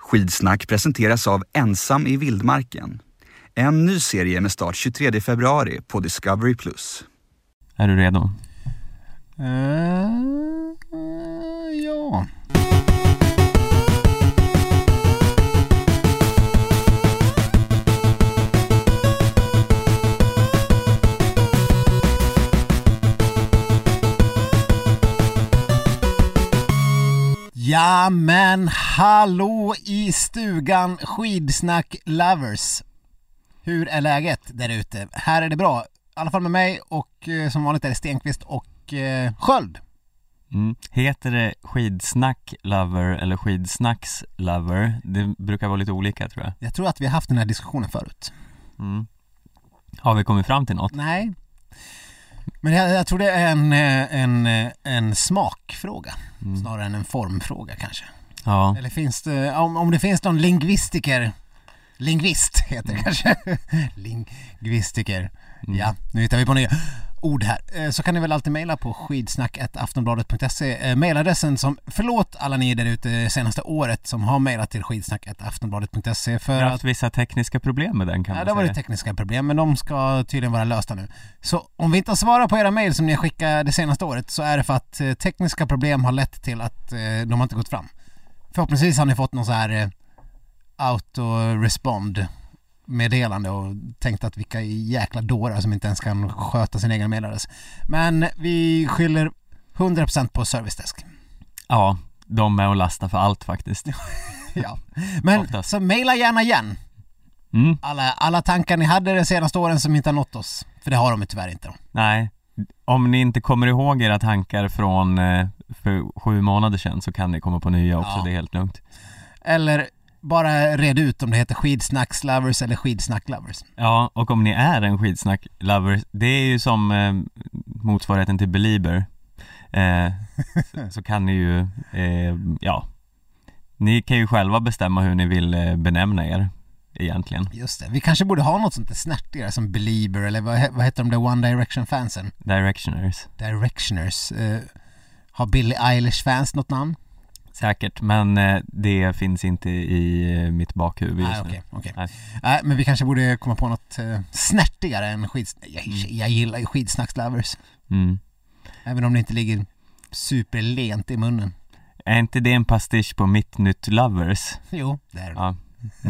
Skidsnack presenteras av Ensam i vildmarken. En ny serie med start 23 februari på Discovery+. Är du redo? Ja. Ja men hallå i stugan, skidsnack lovers. Hur är läget där ute? Här är det bra, i alla fall med mig och som vanligt är det Stenqvist och Sköld. Heter det skidsnack lover eller skidsnacks lover? Det brukar vara lite olika, tror jag. Jag tror att vi har haft den här diskussionen förut. Har vi kommit fram till något? Nej. Men jag tror det är en smakfråga snarare än en formfråga kanske. Ja. Eller finns det, om det finns någon lingvist heter det kanske. Lingvistiker. Ja, nu hittar vi på nya ord här. Så kan ni väl alltid mejla på skidsnack@aftonbladet.se. Mejladressen som, förlåt alla ni där ute senaste året som har mejlat till skidsnack@aftonbladet.se för vi har haft vissa tekniska problem med den, kan man säga. Det har varit tekniska problem, men de ska tydligen vara lösta nu. Så om vi inte har svarat på era mejl som ni har skickat det senaste året så är det för att tekniska problem har lett till att de har inte gått fram. Förhoppningsvis har ni fått någon så här auto-respond meddelande och tänkt att vilka jäkla dårar som inte ens kan sköta sin egen meddelande. Men vi skyller 100% på servicedesk. Ja, de är att lasta för allt faktiskt. Ja, men oftast. Så mejla gärna igen. Alla tankar ni hade de senaste åren som inte har nått oss. För det har de tyvärr inte då. Nej, om ni inte kommer ihåg era tankar från för 7 månader sedan så kan ni komma på nya också, det är helt lugnt. Eller bara red ut om det heter skidsnackslovers eller skidsnacklovers. Ja, och om ni är en skidsnacklover, det är ju som motsvarigheten till Belieber. Så kan ni ju ni kan ju själva bestämma hur ni vill benämna er egentligen. Just det, vi kanske borde ha något sånt där snärtigare som Belieber eller vad heter de där One Direction fansen? Directioners. Har Billie Eilish fans något namn? Säkert, men det finns inte i mitt bakhuvud just nu. Okej. Men vi kanske borde komma på något snärtigare än jag gillar ju skidsnackslovers. Även om det inte ligger superlent i munnen. Är inte det en pastisch på Mitt Nytt Lovers? Jo, det är det. Ja.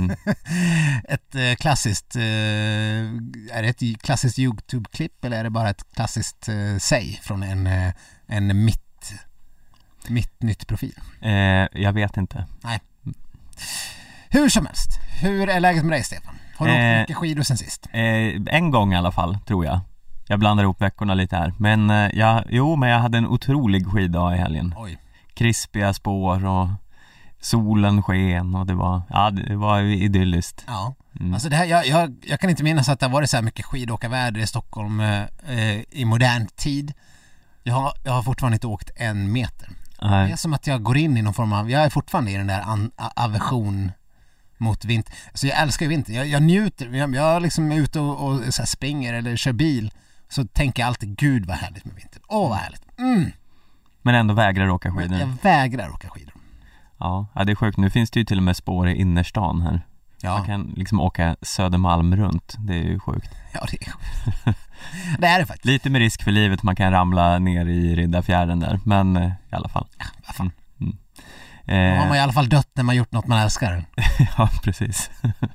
Ett klassiskt är det ett klassiskt YouTube-klipp eller är det bara ett klassiskt säg från en mitt nytt profil? Jag vet inte. Nej. Hur som helst. Hur är läget med dig, Stefan? Har du åkt mycket skidor sen sist? En gång i alla fall, tror jag. Jag blandar ihop veckorna lite här. Men jag hade en otrolig skiddag i helgen. Oj. Krispiga spår och solen sken och det var idylliskt. Ja. Alltså det här, jag kan inte minnas att det har varit så här mycket skidåkarväder i Stockholm i modern tid. Jag har fortfarande inte åkt 1 meter. Nej. Det är som att jag går in i någon form av, jag är fortfarande i den där aversion mot vinter. Så jag älskar vinter. Jag njuter. Jag liksom är ute och så här springer eller kör bil. Så tänker jag alltid, gud vad härligt med vinter. Vad härligt. Men ändå vägrar åka skidor. Jag vägrar åka skidor. Ja, det är sjukt. Nu finns det ju till och med spår i innerstan här. Ja. Man kan liksom åka Södermalm runt. Det är ju sjukt. Ja, det är sjukt. Det är det faktiskt. Lite med risk för livet, man kan ramla ner i Riddarfjärden där. Men i alla fall. Ja, vad fan. Då har man i alla fall dött när man gjort något man älskar. Ja, precis.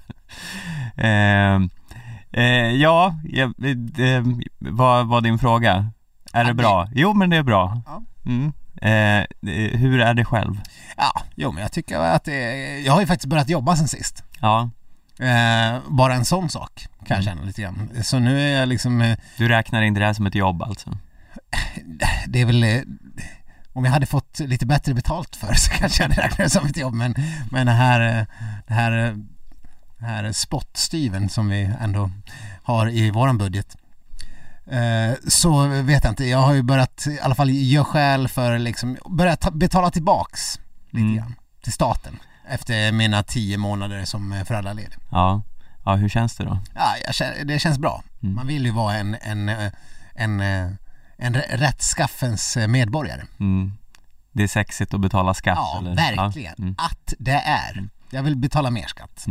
Vad var din fråga? Är det bra? Jo, men det är bra. Ja. Hur är det själv? Ja, men jag tycker att jag har ju faktiskt börjat jobba sen sist. Ja. Bara en sån sak kan jag känna lite grann. Så nu är jag liksom... Du räknar inte det här som ett jobb alltså? Det är väl... Om jag hade fått lite bättre betalt för så kanske jag hade räknat det som ett jobb. Men det här spottstyven som vi ändå har i våran budget. Så vet jag inte. Jag har ju börjat i alla fall göra skäl för liksom... Börjat betala tillbaks lite grann till staten. Efter mina 10 månader som föräldraledig. Ja, hur känns det då? Ja, det känns bra. Man vill ju vara en rättskaffens medborgare. Det är sexigt att betala skatt. Ja, eller? verkligen. Att det är. Jag vill betala mer skatt.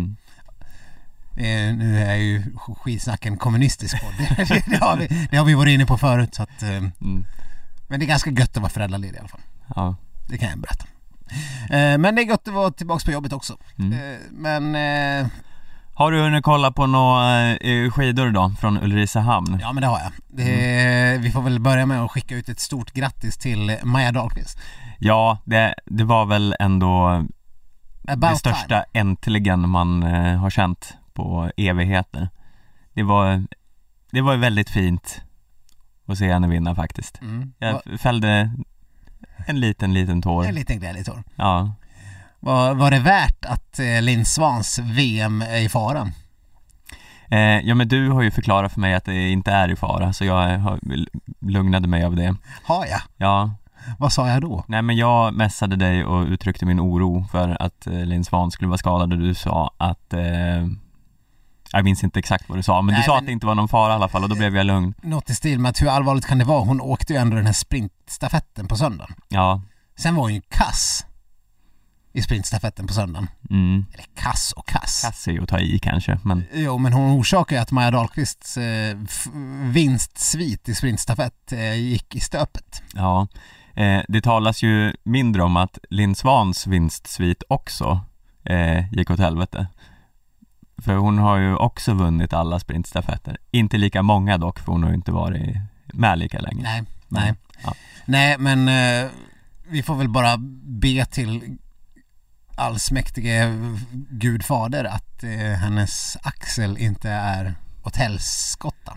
Nu är ju skitsnacken kommunistisk podd. Det har vi varit inne på förut. Så att, men det är ganska gött att vara föräldraledig i alla fall. Ja. Det kan jag berätta. Men det är gött att vara tillbaka på jobbet också. Men... Har du hunnit kolla på några skidor då från Ulricehamn? Ja, men det har jag. Vi får väl börja med att skicka ut ett stort grattis till Maja Dahlqvist. Ja, det var väl ändå det största äntligen man har känt på evigheter. Det var väldigt fint att se henne vinna faktiskt. Jag fällde en liten tår. En liten glädje tår. Ja. Var det värt att Linn Swans VM är i fara? Ja, men du har ju förklarat för mig att det inte är i fara, så jag lugnade mig av det. Har jag? Ja. Vad sa jag då? Nej, men jag messade dig och uttryckte min oro för att Linn Svan skulle vara skadad, och du sa att jag minns inte exakt vad du sa, men du sa att det inte var någon fara i alla fall, och då blev jag lugn. Något i stil med att hur allvarligt kan det vara? Hon åkte ju ändå den här sprintstafetten på söndagen. Ja. Sen var hon ju kass i sprintstafetten på söndagen. Eller kass och kass. Kass är ju att ta i kanske. Men... Jo, men hon orsakar ju att Maja Dahlqvists vinstsvit i sprintstafett gick i stöpet. Ja, det talas ju mindre om att Linn Swans vinstsvit också gick åt helvete. För hon har ju också vunnit alla sprintstafetter. Inte lika många dock, för hon har ju inte varit med lika länge. Nej. Ja. Nej, men vi får väl bara be till allsmäktige gudfader att hennes axel inte är åt helskotta.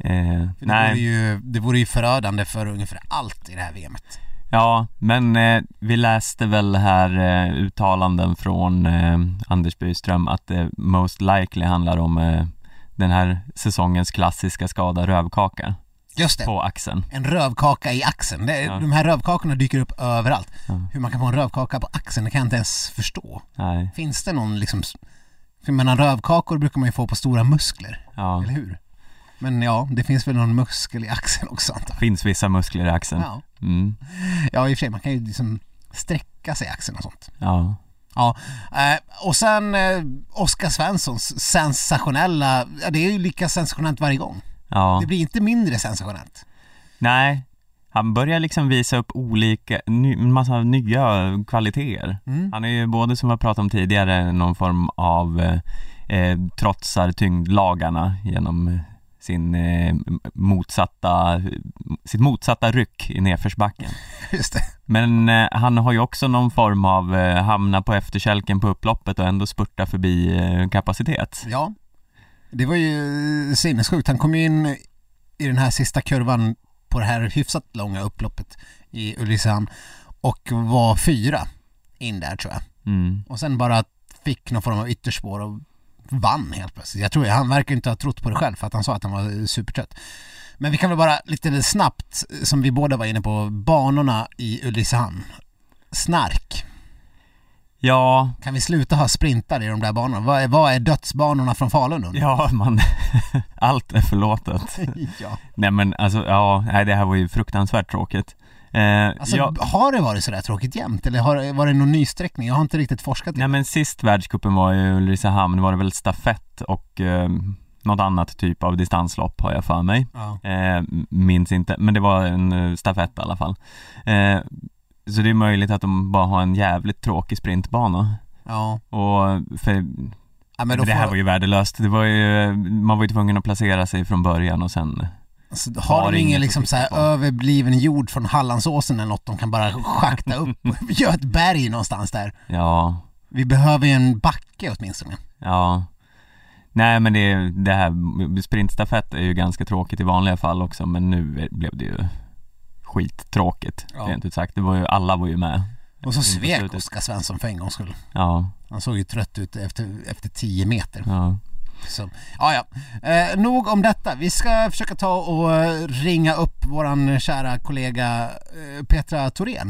Det vore ju förödande för ungefär allt i det här VMet. Ja, men vi läste väl här uttalanden från Anders Byström att det most likely handlar om den här säsongens klassiska skada, rövkaka. Just det. På axeln. En rövkaka i axeln. De här rövkakorna dyker upp överallt. Hur man kan få en rövkaka på axeln, det kan jag inte ens förstå. Nej. Finns det någon liksom... För mellan rövkakor brukar man ju få på stora muskler. Ja. Eller hur? Men ja, det finns väl någon muskel i axeln också, antar jag. Det finns vissa muskler i axeln. Ja. Ja, i och för sig, man kan ju liksom sträcka sig i axeln och sånt. Ja. Ja, och sen Oskar Svenssons sensationella... Ja, det är ju lika sensationellt varje gång. Ja. Det blir inte mindre sensationellt. Nej, han börjar liksom visa upp massa nya kvaliteter. Han är ju både, som jag pratade om tidigare, någon form av trotsar tyngdlagarna genom sitt motsatta ryck i nedförsbacken. Just det. Men han har ju också någon form av hamna på efterkälken på upploppet och ändå spurta förbi kapacitet. Ja, det var ju sinnessjukt. Han kom ju in i den här sista kurvan på det här hyfsat långa upploppet i Ulricehamn och var 4 in där, tror jag. Och sen bara fick någon form av ytterspår och vann helt plötsligt. Jag tror han verkar inte ha trott på det själv, för att han sa att han var supertrött. Men vi kan väl bara lite snabbt, som vi båda var inne på, banorna i Ulricehamn. Snark. Ja. Kan vi sluta ha sprintar i de där banorna? Vad är dödsbanorna från Falun? Ja, allt är förlåtet. Ja. Nej, men alltså, det här var ju fruktansvärt tråkigt. Har det varit så där tråkigt jämt? Eller var det någon nysträckning? Jag har inte riktigt forskat i. Nej, men sist världscupen var i Ulricehamn var det väl stafett och något annat typ av distanslopp, har jag för mig. Ja. Minns inte, men det var en stafett i alla fall. Så det är möjligt att de bara har en jävligt tråkig sprintbana. Ja. Och men det här var ju värdelöst. Man var ju tvungen att placera sig från början och sen... Alltså, har de ingen liksom så här överbliven jord från Hallandsåsen eller något de kan bara schakta upp och göra ett berg någonstans där? Ja. Vi behöver ju en backe åtminstone. Ja. Nej, men det här sprintstafett är ju ganska tråkigt i vanliga fall också, men nu blev det ju skittråkigt. Rent ut sagt. Alla var ju med. Och så svek Oskar Svensson för en gångs skull. Ja. Han såg ju trött ut efter 10 meter. Ja. Så, nog om detta. Vi ska försöka ta och ringa upp våran kära kollega Petra Thorén.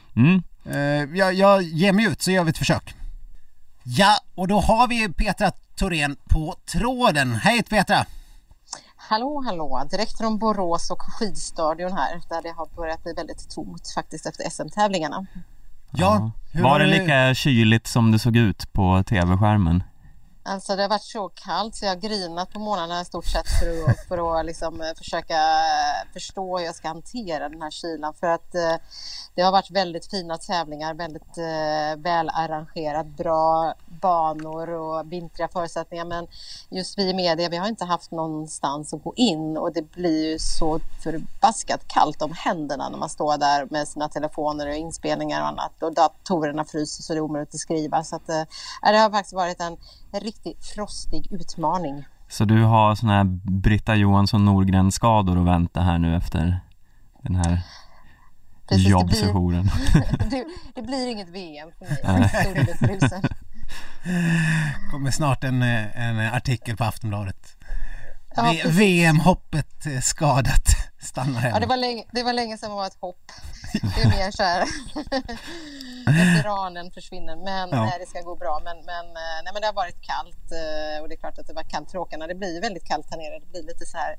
Jag ger mig ut, så gör vi ett försök. Ja, och då har vi Petra Thorén på tråden. Hej Petra! Hallå, direkt från Borås och skidstadion här, där det har börjat bli väldigt tomt faktiskt efter SM-tävlingarna. Ja. Var det lika kyligt som det såg ut på tv-skärmen? Alltså det har varit så kallt så jag har grinat på morgnarna i stort sett för att liksom försöka förstå hur jag ska hantera den här kylan. För att det har varit väldigt fina tävlingar, väldigt väl arrangerat, bra banor och vintriga förutsättningar. Men just vi i media, vi har inte haft någonstans att gå in och det blir ju så förbaskat kallt om händerna när man står där med sina telefoner och inspelningar och annat. Och datorerna fryser så det är omöjligt att skriva. Så att, det har faktiskt varit en riktigt frostig utmaning. Så du har såna här Britta Johansson-Norgren-skador att vänta här nu efter den här jobbsessionen? Det blir inget VM för mig. Kommer snart en artikel på Aftonbladet. Ja, VM-hoppet skadat, stannar hemma. Ja, det var länge sedan det var ett hopp. Det är mer så här veteranen försvinner, men nej, det ska gå bra. Men det har varit kallt och det är klart att det var kallt för åkarna. Det blir väldigt kallt här nere. Det blir lite så här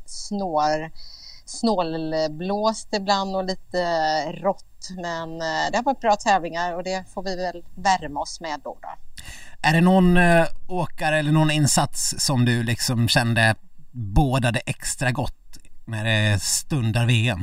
snålblåst ibland och lite rått, men det har varit bra tävlingar och det får vi väl värma oss med då. Är det någon åkare eller någon insats som du liksom kände bådade extra gott när det stundar VM?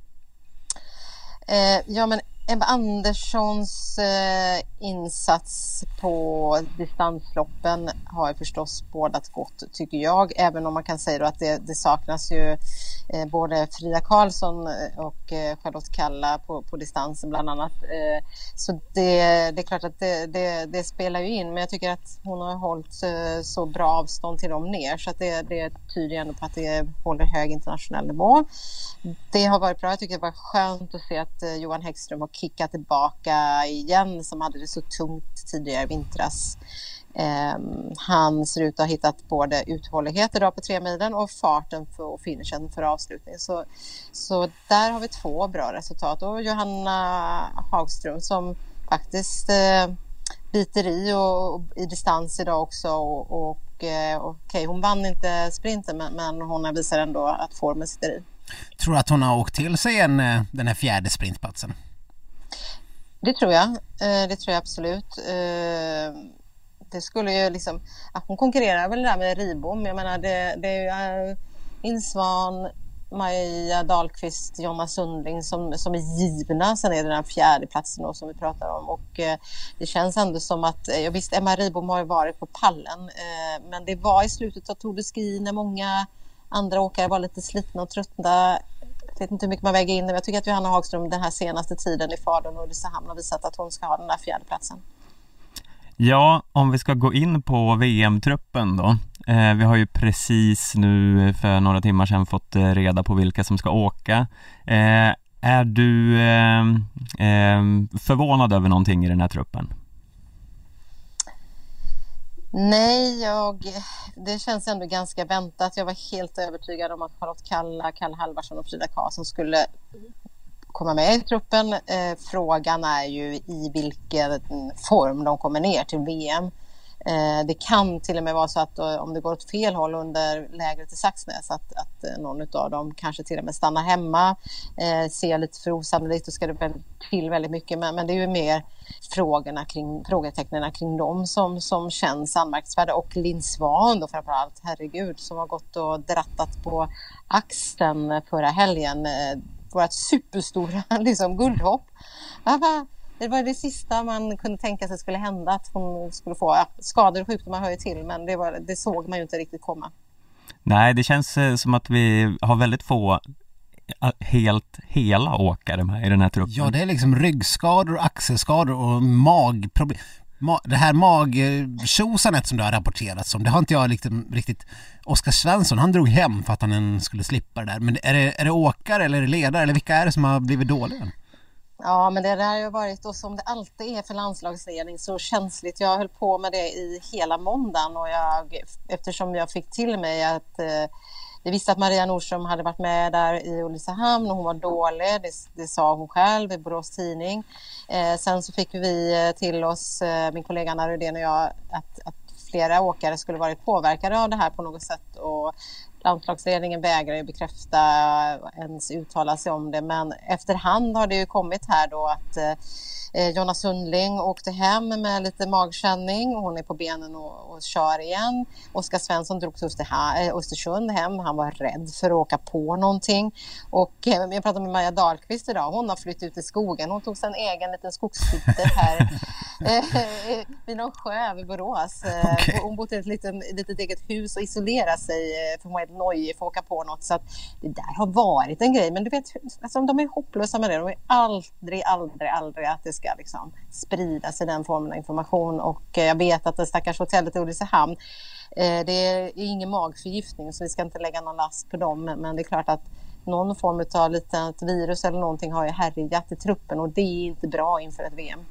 Ja, men Ebba Anderssons insats på distansloppen har förstås bådat gott tycker jag, även om man kan säga då att det saknas ju både Frida Karlsson och Charlotte Kalla på distansen bland annat. Så det är klart att det spelar ju in, men jag tycker att hon har hållit så bra avstånd till dem ner så att det tyder ändå på att det håller hög internationell nivå. Det har varit bra. Jag tycker det var skönt att se att Johan Häggström har kickat tillbaka igen som hade det så tungt tidigare vintras. Han ser ut att ha hittat både uthållighet idag på 3 milen och farten och finishen för avslutning. Så där har vi 2 bra resultat. Och Johanna Hagström som faktiskt biter i distans idag också. Okej, hon vann inte sprinten men hon visar ändå att formen sitter i. Tror du att hon har åkt till sig den här 4:e sprintplatsen? Det tror jag. Det tror jag absolut. Det skulle ju liksom... hon konkurrerar väl där med Ribom. Jag menar, det är ju Linn Svan, Maja Dahlqvist, Jonna Sundling som är givna. Sen är det den 4:e platsen då, som vi pratar om. Och det känns ändå som att... visst, Emma Ribom har ju varit på pallen. Men det var i slutet av Tour de Ski när många andra åkare var lite slitna och trötta. Jag vet inte hur mycket man väger in. Men jag tycker att Johanna Hagström den här senaste tiden i Falun och Ulricehamn har visat att hon ska ha den där 4:e platsen. Ja, om vi ska gå in på VM-truppen då. Vi har ju precis nu för några timmar sedan fått reda på vilka som ska åka. Är du förvånad över någonting i den här truppen? Nej, det känns ändå ganska väntat. Jag var helt övertygad om att Charlotte Kalla, Kalle Halvarsson och Frida Karlsson skulle komma med i truppen. Frågan är ju i vilken form de kommer ner till VM. Det kan till och med vara så att om det går åt fel håll under lägret i Saxnäs att någon av dem kanske till och med stannar hemma. Ser lite för osannolikt och ska det väl till väldigt mycket. Men det är ju mer frågetecknen kring dem som känns anmärkningsvärda. Och Linn Svan då framförallt, herregud, som har gått och drattat på axeln förra helgen. Vårt superstora guldhopp. Det var det sista man kunde tänka sig skulle hända, att hon skulle få skador och sjukdomar hör ju till, men det såg man ju inte riktigt komma. Nej, det känns som att vi har väldigt få hela åkare med i den här truppen. Ja, det är liksom ryggskador, axelskador och magproblem. Det här magtjosanet som det har rapporterats om, det har inte jag riktigt... Oskar Svensson, han drog hem för att han skulle slippa det där. Men är det åkare eller är det ledare eller vilka är det som har blivit dåliga? Ja, men det där har ju varit, och som det alltid är för landslagsledning, så känsligt. Jag höll på med det i hela måndagen och eftersom jag fick till mig att vi visste att Maria Nordström hade varit med där i Ulricehamn och hon var dålig, det sa hon själv i Borås Tidning. Sen så fick vi till oss, min kollega Anna Rudén och jag, att flera åkare skulle varit påverkade av det här på något sätt, och landslagsledningen vägrar ju bekräfta ens uttala sig om det, men efterhand har det ju kommit här då att Jonna Sundling åkte hem med lite magkänning. Hon är på benen och kör igen. Oskar Svensson drog till Östersund hem. Han var rädd för att åka på någonting. Och jag pratade med Maja Dahlqvist idag. Hon har flyttat ut i skogen. Hon tog sig en egen liten skogshytte här vid någon sjö vid Borås. Okay. Hon bodde i ett litet eget hus och isolerade sig för hon var helt nojig för att åka på något. Så att det där har varit en grej. Men du vet, alltså, de är hopplösa med det. De är aldrig att det ska liksom spridas i den formen av information. Och jag vet att det stackars hotellet i Ulricehamn, det är ingen magförgiftning så vi ska inte lägga någon last på dem. Men det är klart att någon form av litet virus eller någonting har ju härjat i truppen och det är inte bra inför ett VM.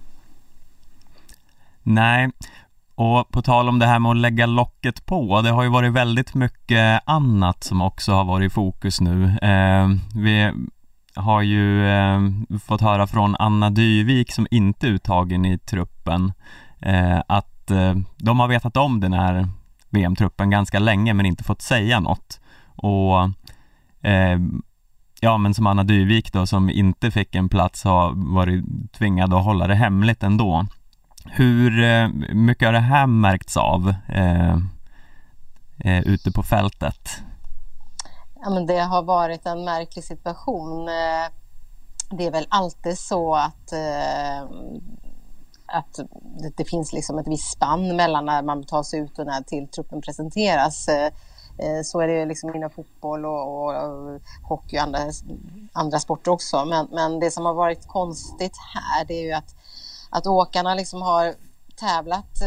Nej, och på tal om det här med att lägga locket på, det har ju varit väldigt mycket annat som också har varit i fokus nu. Vi har ju fått höra från Anna Dyvik som inte är uttagen i truppen att de har vetat om den här VM-truppen ganska länge men inte fått säga något. Och ja, men som Anna Dyvik då som inte fick en plats har varit tvingad att hålla det hemligt ändå. Hur mycket har det här märkts av ute på fältet? Ja, men det har varit en märklig situation. Det är väl alltid så att det finns liksom ett visst spann mellan när man tar sig ut och när till truppen presenteras. Så är det liksom inom fotboll och hockey och andra sporter också. Men det som har varit konstigt här det är ju att åkarna liksom har tävlat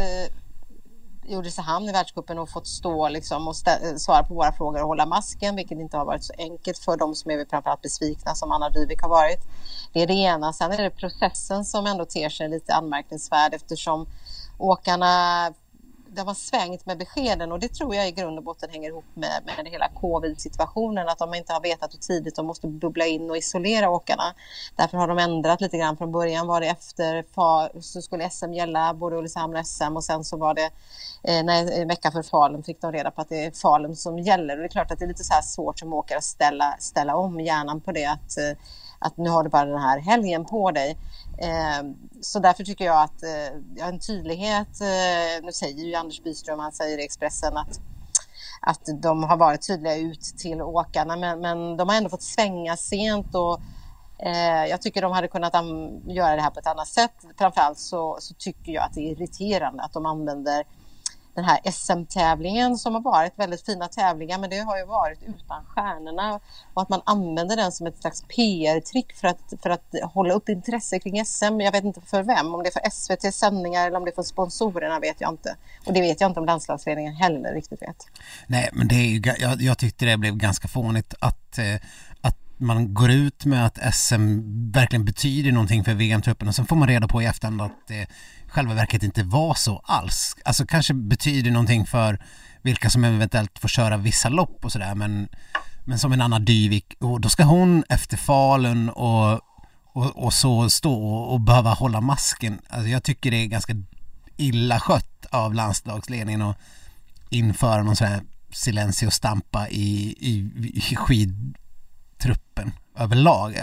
i Ulricehamn i världscupen och fått stå liksom och svara på våra frågor och hålla masken, vilket inte har varit så enkelt för dem som är framförallt besvikna som Anna Dyvik har varit. Det är det ena. Sen är det processen som ändå ter sig lite anmärkningsvärd eftersom åkarna det var svängt med beskeden och det tror jag i grund och botten hänger ihop med det hela covid-situationen, att de inte har vetat hur tidigt de måste bubbla in och isolera åkarna. Därför har de ändrat lite grann. Från början var det efter så skulle SM gälla, både Ulricehamn och SM, och sen så var det en vecka för Falun fick de reda på att det är Falun som gäller. Och det är klart att det är lite så här svårt som åkare att ställa om hjärnan på det, att nu har du bara den här helgen på dig. Så därför tycker jag att en tydlighet, nu säger ju Anders Byström, han säger i Expressen att de har varit tydliga ut till åkarna, men de har ändå fått svänga sent och jag tycker de hade kunnat göra det här på ett annat sätt. Framförallt så tycker jag att det är irriterande att de använder den här SM-tävlingen som har varit väldigt fina tävlingar, men det har ju varit utan stjärnorna, och att man använder den som ett slags PR-trick för att hålla upp intresse kring SM. Jag vet inte för vem, om det är för SVT sändningar eller om det är för sponsorerna vet jag inte. Och det vet jag inte om landslagsledningen heller riktigt vet. Nej, men det är ju, jag tyckte det blev ganska fånigt att man går ut med att SM verkligen betyder någonting för VM-truppen och sen får man reda på i efterhand att det själva verket inte var så alls. Alltså kanske betyder någonting för vilka som eventuellt får köra vissa lopp och sådär, men som en Anna Dyvik, och då ska hon efter Falun och så stå och behöva hålla masken. Alltså jag tycker det är ganska illa skött av landslagsledningen att införa någon sån här silencio stampa i skidtruppen överlag.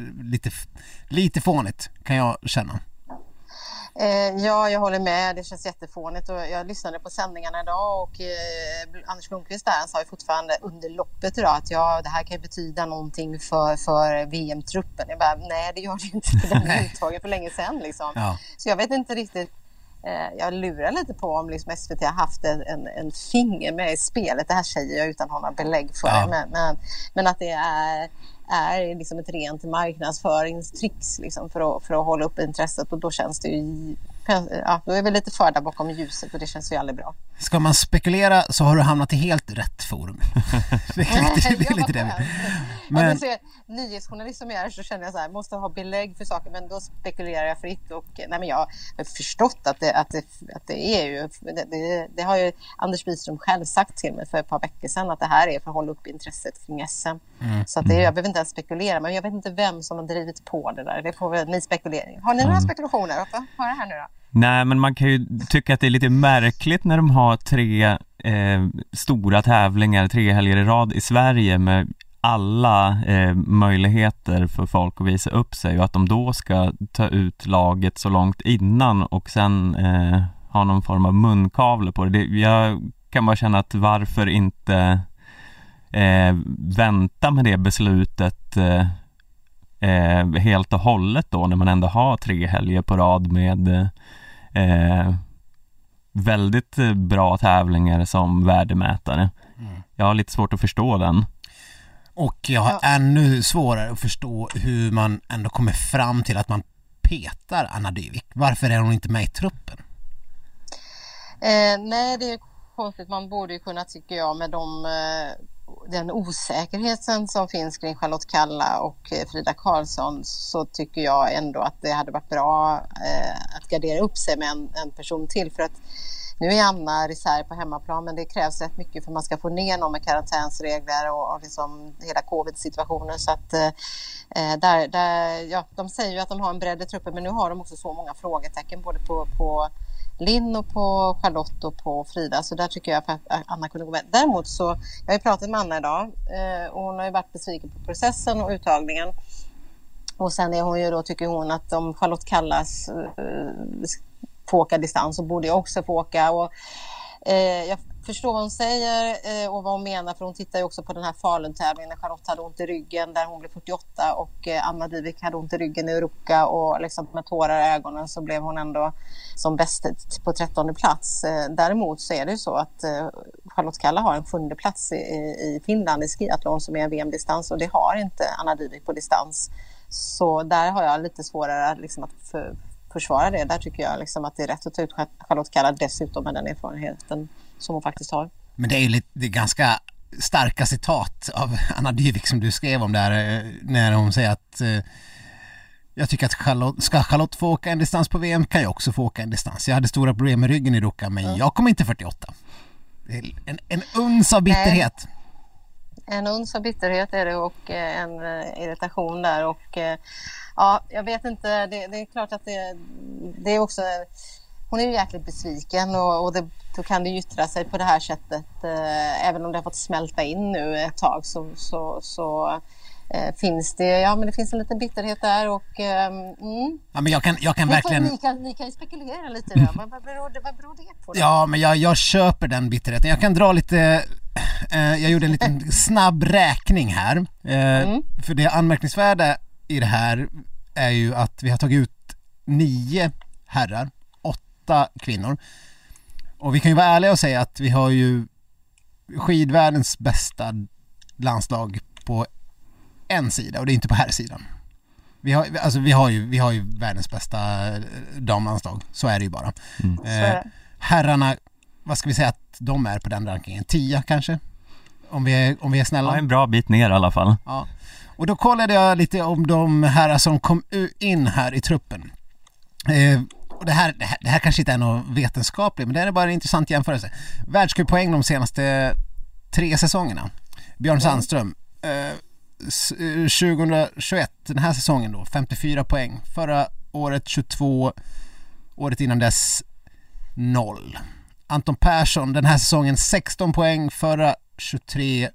Lite fånigt kan jag känna. Ja, jag håller med. Det känns jättefånigt och jag lyssnade på sändningarna idag och Anders Blomqvist där, han sa ju fortfarande under loppet idag att det här kan betyda någonting för VM-truppen. Jag bara, nej det gör det inte, den är uttagen för länge sedan liksom. Ja. Så jag vet inte riktigt, jag lurar lite på om liksom SVT har haft en finger med i spelet. Det här säger jag utan att ha några belägg för det, men att det är liksom ett rent marknadsföringstricks liksom för att hålla upp intresset, och då känns det ju, då är vi lite förda bakom ljuset och det känns ju aldrig bra. Ska man spekulera så har du hamnat i helt rätt forum. Det är lite det. Men nyhetsjournalist som jag är så känner jag så här, måste ha belägg för saker, men då spekulerar jag fritt och men jag har förstått att det är ju det har ju Anders Byström själv sagt till mig för ett par veckor sedan, att det här är för att hålla upp intresset kring SM. Så att jag behöver inte ens spekulera, men jag vet inte vem som har drivit på det där. Det får väl ni spekulera. Har ni några spekulationer? Hör det här nu då. Nej, men man kan ju tycka att det är lite märkligt när de har 3 stora tävlingar, 3 helger i rad i Sverige med alla möjligheter för folk att visa upp sig, och att de då ska ta ut laget så långt innan och sen ha någon form av munkavle på det. Jag kan bara känna att varför inte vänta med det beslutet helt och hållet då, när man ändå har 3 helger på rad med väldigt bra tävlingar som värdemätare. Jag har lite svårt att förstå den. Och jag har ännu svårare att förstå hur man ändå kommer fram till att man petar Anna Dyvik. Varför är hon inte med i truppen? Nej, det är konstigt. Man borde ju kunna, tycker jag, med den osäkerheten som finns kring Charlotte Kalla och Frida Karlsson, så tycker jag ändå att det hade varit bra att gardera upp sig med en person till, för att nu är Anna reserv på hemmaplan, men det krävs rätt mycket för att man ska få ner någon med karantänsregler och liksom hela covid-situationen, så att de säger ju att de har en bredd i truppen, men nu har de också så många frågetecken både på Linn och på Charlotte och på Frida, så där tycker jag att Anna kunde gå med. Däremot så, jag har ju pratat med Anna idag och hon har ju varit besviken på processen och uttagningen, och sen är hon ju då, tycker hon, att om Charlotte Kallas få åka distans så borde jag också få åka, och jag förstår vad hon säger och vad hon menar, för hon tittar ju också på den här Falun-tävlingen när Charlotte hade ont i ryggen där hon blev 48 och Anna Dyvik hade ont i ryggen i Ruka, och liksom med tårar i ögonen så blev hon ändå som bäst på 13:e plats. Däremot så är det ju så att Charlotte Kalla har en 7:e plats i Finland i skiathlon som är en VM-distans, och det har inte Anna Dyvik på distans, så där har jag lite svårare liksom att försvara det. Där tycker jag liksom att det är rätt att ta ut Charlotte Kalla dessutom med den erfarenheten som hon faktiskt har. Men det är ju det är ganska starka citat av Anna Dyvik som du skrev om där, när hon säger att jag tycker att Charlotte få åka en distans på VM kan jag också få åka en distans. Jag hade stora problem med ryggen i Ruka, men jag kommer inte 48. Det är en uns av bitterhet. En uns av bitterhet är det, och en irritation där, och ja, jag vet inte, det är klart att det är också, hon är ju jäkligt besviken, och då kan det yttra sig på det här sättet, även om det har fått smälta in nu ett tag, så finns det, men det finns en liten bitterhet där, och ja, men jag kan verkligen ni kan ju spekulera lite där. Vad beror det på? Ja, men jag köper den bitterheten. Jag kan dra lite jag gjorde en liten snabb räkning här. För det anmärkningsvärda i det här är ju att vi har tagit ut 9 herrar, 8 kvinnor. Och vi kan ju vara ärliga och säga att vi har ju skidvärldens bästa landslag på en sida, och det är inte på här sidan. Vi har ju världens bästa damlandslag, så är det ju bara. Herrarna, vad ska vi säga att de är på den rankingen? 10 kanske? Om vi är snälla. Ja, en bra bit ner i alla fall. Ja. Och då kollade jag lite om de herrar som kom in här i truppen. Och det här kanske inte är något vetenskapligt, men det är bara en intressant jämförelse. Världscuppoäng de senaste 3 säsongerna. Björn Sandström 2021, den här säsongen då, 54 poäng. Förra året 22, året innan dess 0. Anton Persson den här säsongen 16 poäng, förra 23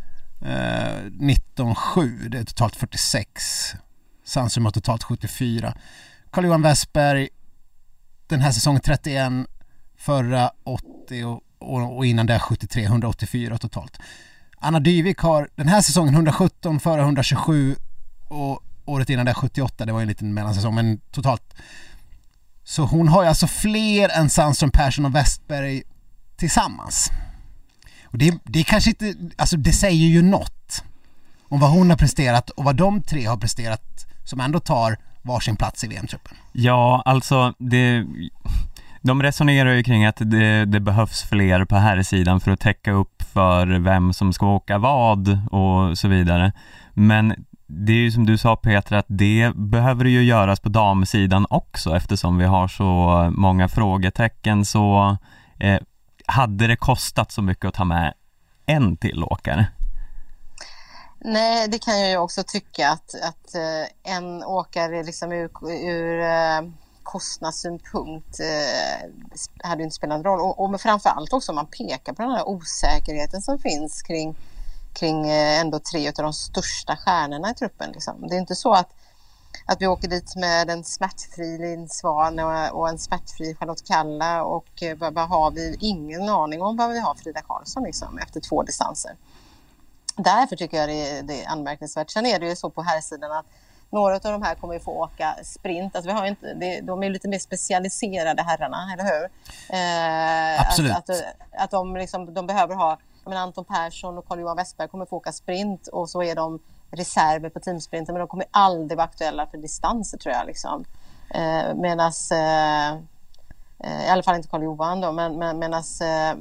19-7, det är totalt 46. Sandström har totalt 74. Carl-Johan Westberg den här säsongen 31, förra 80 och innan det 73, 184 totalt. Anna Dyvik har den här säsongen 117, förra 127 och året innan det 78, det var en liten mellansäsong, men totalt. Så hon har ju alltså fler än Sandström, Persson och Westberg tillsammans. Och det är kanske inte, alltså det säger ju något om vad hon har presterat och vad de 3 har presterat som ändå tar varsin plats i VM-truppen. Ja, alltså de resonerar ju kring att det behövs fler på här sidan för att täcka upp för vem som ska åka vad och så vidare. Men det är ju som du sa, Petra, att det behöver ju göras på damsidan också, eftersom vi har så många frågetecken. Så hade det kostat så mycket att ta med en till åkare? Nej, det kan jag ju också tycka att en åkare liksom ur kostnadssynpunkt hade inte spelat någon roll. Och framförallt också om man pekar på den här osäkerheten som finns kring ändå 3 av de största stjärnorna i truppen. Liksom. Det är inte så att vi åker dit med en smärtfri Linn Swahn och en smärtfri Charlotte Kalla och vad har vi ingen aning om vad vi har Frida Karlsson liksom, efter 2 distanser. Därför tycker jag det är anmärkningsvärt. Sen är det ju så på här sidan att några av de här kommer ju få åka sprint. Alltså vi har inte, de är lite mer specialiserade herrarna, eller hur? Absolut. Att de behöver ha, Anton Persson och Carl-Johan Westberg kommer få åka sprint och så är de reserver på teamsprinten, men de kommer aldrig vara aktuella för distanser tror jag. Liksom. Medans, i alla fall inte Carl-Johan då, medans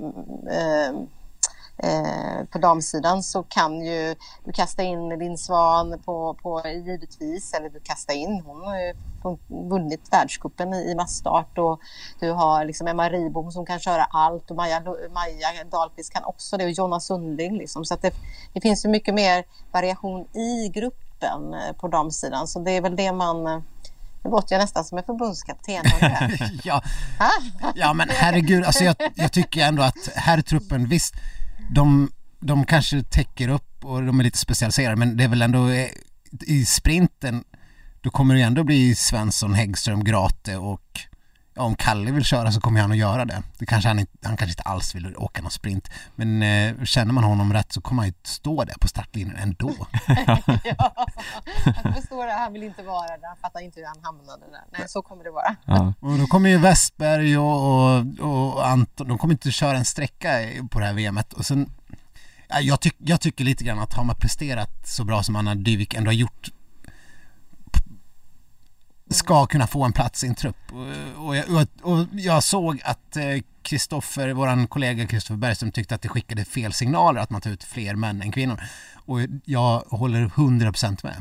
på damsidan så kan ju du kasta in Linn Swahn på givetvis, eller du kastar in, hon har ju vunnit världscupen i massstart och du har liksom Emma Ribom som kan köra allt och Maja Dahlqvist kan också det och Jonna Sundling liksom. Så att det finns ju mycket mer variation i gruppen på damsidan, så det är väl det man det låter jag nästan som en förbundskapten. Ja men herregud, alltså jag tycker ändå att herrtruppen, visst de kanske täcker upp och de är lite specialiserade, men det är väl ändå i sprinten då kommer det ändå bli Svensson, Häggström, Grate och om Kalle vill köra så kommer han att göra det. Det kanske han kanske inte alls vill åka någon sprint, men känner man honom rätt så kommer han ju stå där på startlinjen ändå. Han förstår det, han vill inte vara där, han fattar inte hur han hamnade där. Nej, så kommer det vara. Ja. Och då kommer ju Westberg och Anton, de kommer inte köra en sträcka på det här VMet. Och sen, jag tycker lite grann att har man presterat så bra som Anna Dyvik ändå har gjort ska kunna få en plats i en trupp. Och jag såg att våran kollega Kristoffer Bergström tyckte att det skickade fel signaler att man tar ut fler män än kvinnor. Och jag håller 100% med.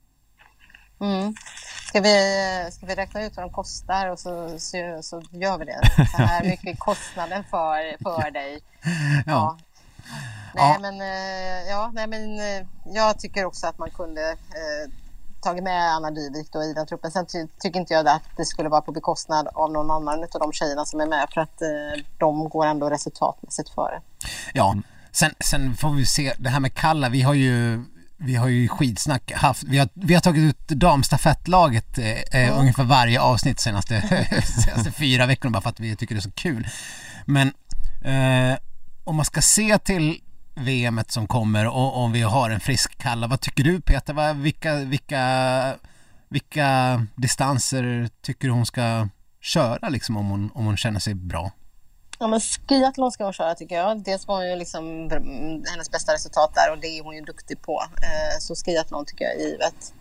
Ska vi räkna ut vad de kostar och så gör vi det. Så här mycket kostnaden för dig. Ja. Nej men jag tycker också att man kunde tagit med Anna Dyvik då i den truppen. Sen tycker inte jag att det skulle vara på bekostnad av någon annan av de tjejerna som är med, för att de går ändå resultatmässigt före. Ja, sen får vi se det här med Kalla. Vi har ju skidsnack haft. Vi har tagit ut damstafettlaget ungefär varje avsnitt senaste 4 veckor bara för att vi tycker det är så kul. Men om man ska se till VMet som kommer och om vi har en frisk Kalla, vad tycker du Peter? Vilka distanser tycker du hon ska köra liksom, om hon känner sig bra? Ja, men skiathlon ska hon köra tycker jag. Dels var hon ju liksom hennes bästa resultat där och det är hon ju duktig på. Så skiathlon tycker jag är givet.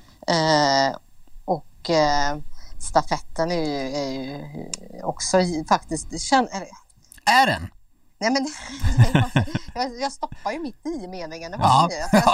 Och stafetten är ju också faktiskt... Är den? Nej, men jag stoppar ju mitt i meningen. Jag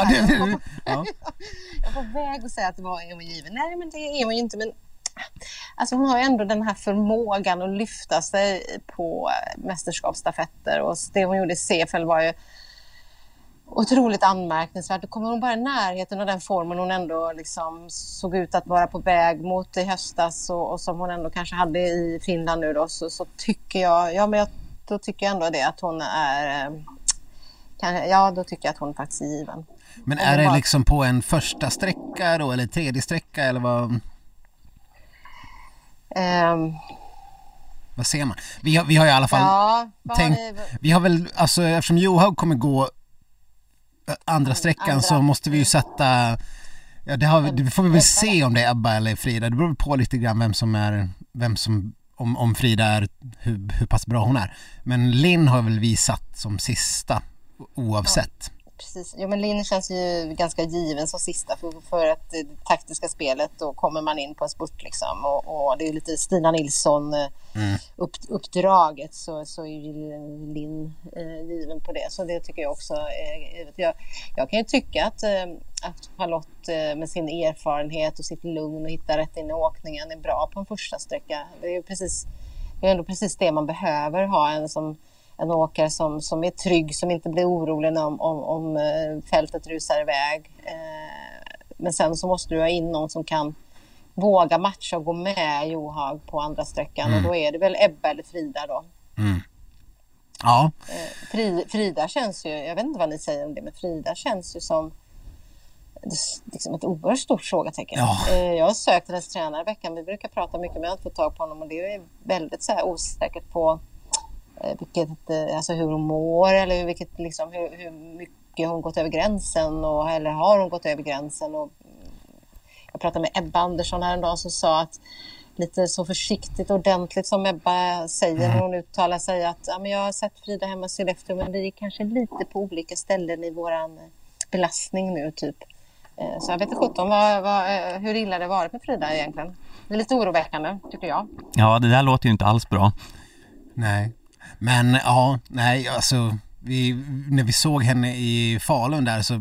är på väg att säga att det var given. Nej, men det är hon ju inte. Men alltså, hon har ju ändå den här förmågan att lyfta sig på mästerskapsstafetter. Och det hon gjorde i CFL var ju otroligt anmärkningsvärt. Då kommer hon bara i närheten av den formen hon ändå liksom såg ut att vara på väg mot i höstas och som hon ändå kanske hade i Finland nu då. Så tycker jag, då tycker jag ändå det att hon är då tycker jag att hon faktiskt är given. Men är det liksom på en första sträcka då eller tredje sträcka eller vad? Vad ser man? Vi har i alla fall tänkt, vi har väl, alltså eftersom Johaug kommer gå andra sträckan så måste vi ju sätta, det får vi väl se om det är Ebba eller Frida. Det beror på lite grann vem som om Frida är hur pass bra hon är. Men Linn har väl visat som sista oavsett. Ja, precis. Ja, men Linn känns ju ganska given som sista för att det taktiska spelet då kommer man in på en spurt liksom och det är lite Stina Nilsson uppdraget så är ju Linn given på det. Så det tycker jag också är givet. Jag kan ju tycka att Charlotte med sin erfarenhet och sitt lugn och hitta rätt in i åkningen är bra på en första sträcka. Det är ändå precis det man behöver ha en åkare som är trygg, som inte blir orolig om fältet rusar iväg. Men sen så måste du ha in någon som kan våga matcha och gå med Johaug på andra sträckan. Och då är det väl Ebba eller Frida då. Ja. Frida känns ju, jag vet inte vad ni säger om det, men Frida känns ju som liksom ett oerhört stort frågetecken. Ja. Jag har sökt hennes tränare i veckan. Vi brukar prata mycket med att få tag på honom, och det är väldigt så här osäkert på alltså hur hon mår, eller hur mycket hon gått över gränsen, eller har hon gått över gränsen. Och jag pratade med Ebba Andersson här en dag som sa att lite så försiktigt och ordentligt som Ebba säger när hon uttalar sig att men jag har sett Frida hemma i Sollefteå, men vi är kanske lite på olika ställen i våran belastning nu typ. Så jag vet inte hur illa det varit med Frida egentligen. Det är lite oroväckande tycker jag. Ja, det där låter ju inte alls bra. Nej, men alltså när vi såg henne i Falun där så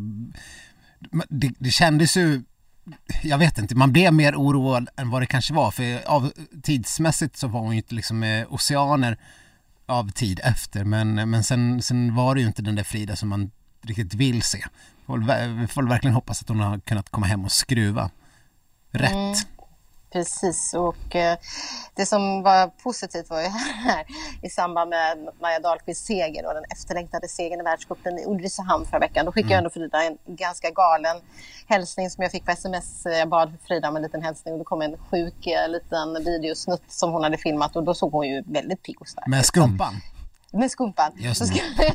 det kändes ju, jag vet inte, man blev mer oroad än vad det kanske var, för tidsmässigt så var hon ju inte liksom oceaner av tid efter, men sen var det ju inte den där Frida som man riktigt vill se. Vi får verkligen hoppas att hon har kunnat komma hem och skruva rätt. Precis, och det som var positivt var ju här i samband med Maja Dahlqvists seger och den efterlängtade segern i världscupen i Ulricehamn förra veckan. Då skickade jag ändå Frida en ganska galen hälsning som jag fick på sms. Jag bad Frida om en liten hälsning och det kom en sjuk liten videosnutt som hon hade filmat, och då såg hon ju väldigt pigg och stark. Med skumpan? Med skumpan. Så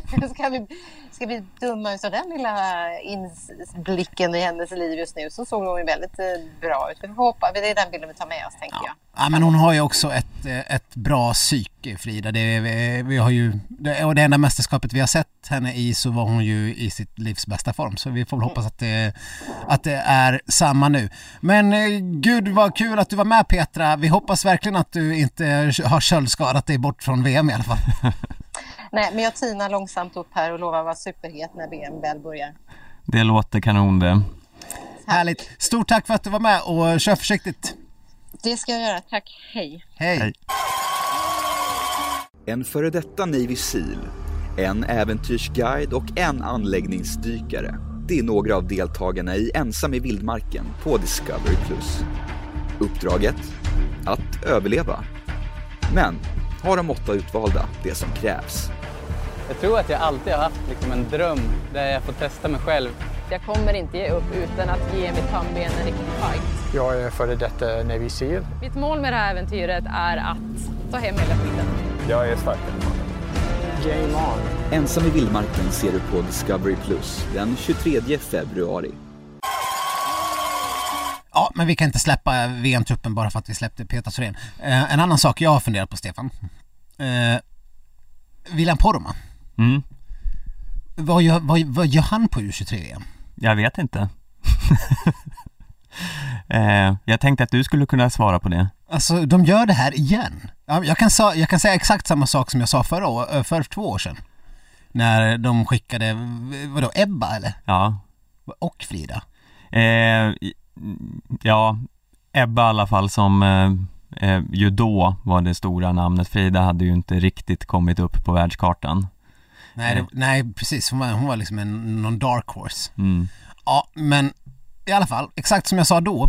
ska vi döma ut av den lilla inblicken i hennes liv just nu, så såg hon ju väldigt bra ut. Vi får hoppa, det är den bilden vi tar med oss, tänker jag. Ja, men hon har ju också ett bra psyke, Frida. Vi har ju, och det enda mästerskapet vi har sett henne i, så var hon ju i sitt livs bästa form. Så vi får väl hoppas att det är samma nu. Men gud vad kul att du var med, Petra. Vi hoppas verkligen att du inte har köldskadat dig bort från VM i alla fall. Nej, men jag tinar långsamt upp här och lovar att vara superhet när VM väl börjar. Det låter kanon det. Härligt. Stort tack för att du var med och kör försiktigt. Det ska jag göra. Tack. Hej. Hej. En före detta Navy Seal, en äventyrsguide och en anläggningsdykare. Det är några av deltagarna i Ensam i vildmarken på Discovery+. Uppdraget? Att överleva. Men har de 8 utvalda det som krävs? Jag tror att jag alltid har haft liksom en dröm där jag får testa mig själv. Jag kommer inte ge upp utan att ge mitt pannben en riktig fight. Jag är före detta Navy Seal. Mitt mål med det här äventyret är att ta hem hela skiten. Jag är starkare. Game on. Ensam i vildmarken ser du på Discovery+ den 23 februari. Ja, men vi kan inte släppa VM-truppen bara för att vi släppte Petra Thorén. En annan sak jag har funderat på, Stefan. William Poromaa. Vad gör han på U23-VM? Jag vet inte. Jag tänkte att du skulle kunna svara på det. Alltså, de gör det här igen. Jag kan säga exakt samma sak som jag sa för 2 år sedan. När de skickade, vadå, Ebba eller? Ja. Och Frida. Ja, Ebba i alla fall, som ju då var det stora namnet. Frida hade ju inte riktigt kommit upp på världskartan. Nej, precis. Hon var liksom någon dark horse. Ja, men i alla fall, exakt som jag sa då,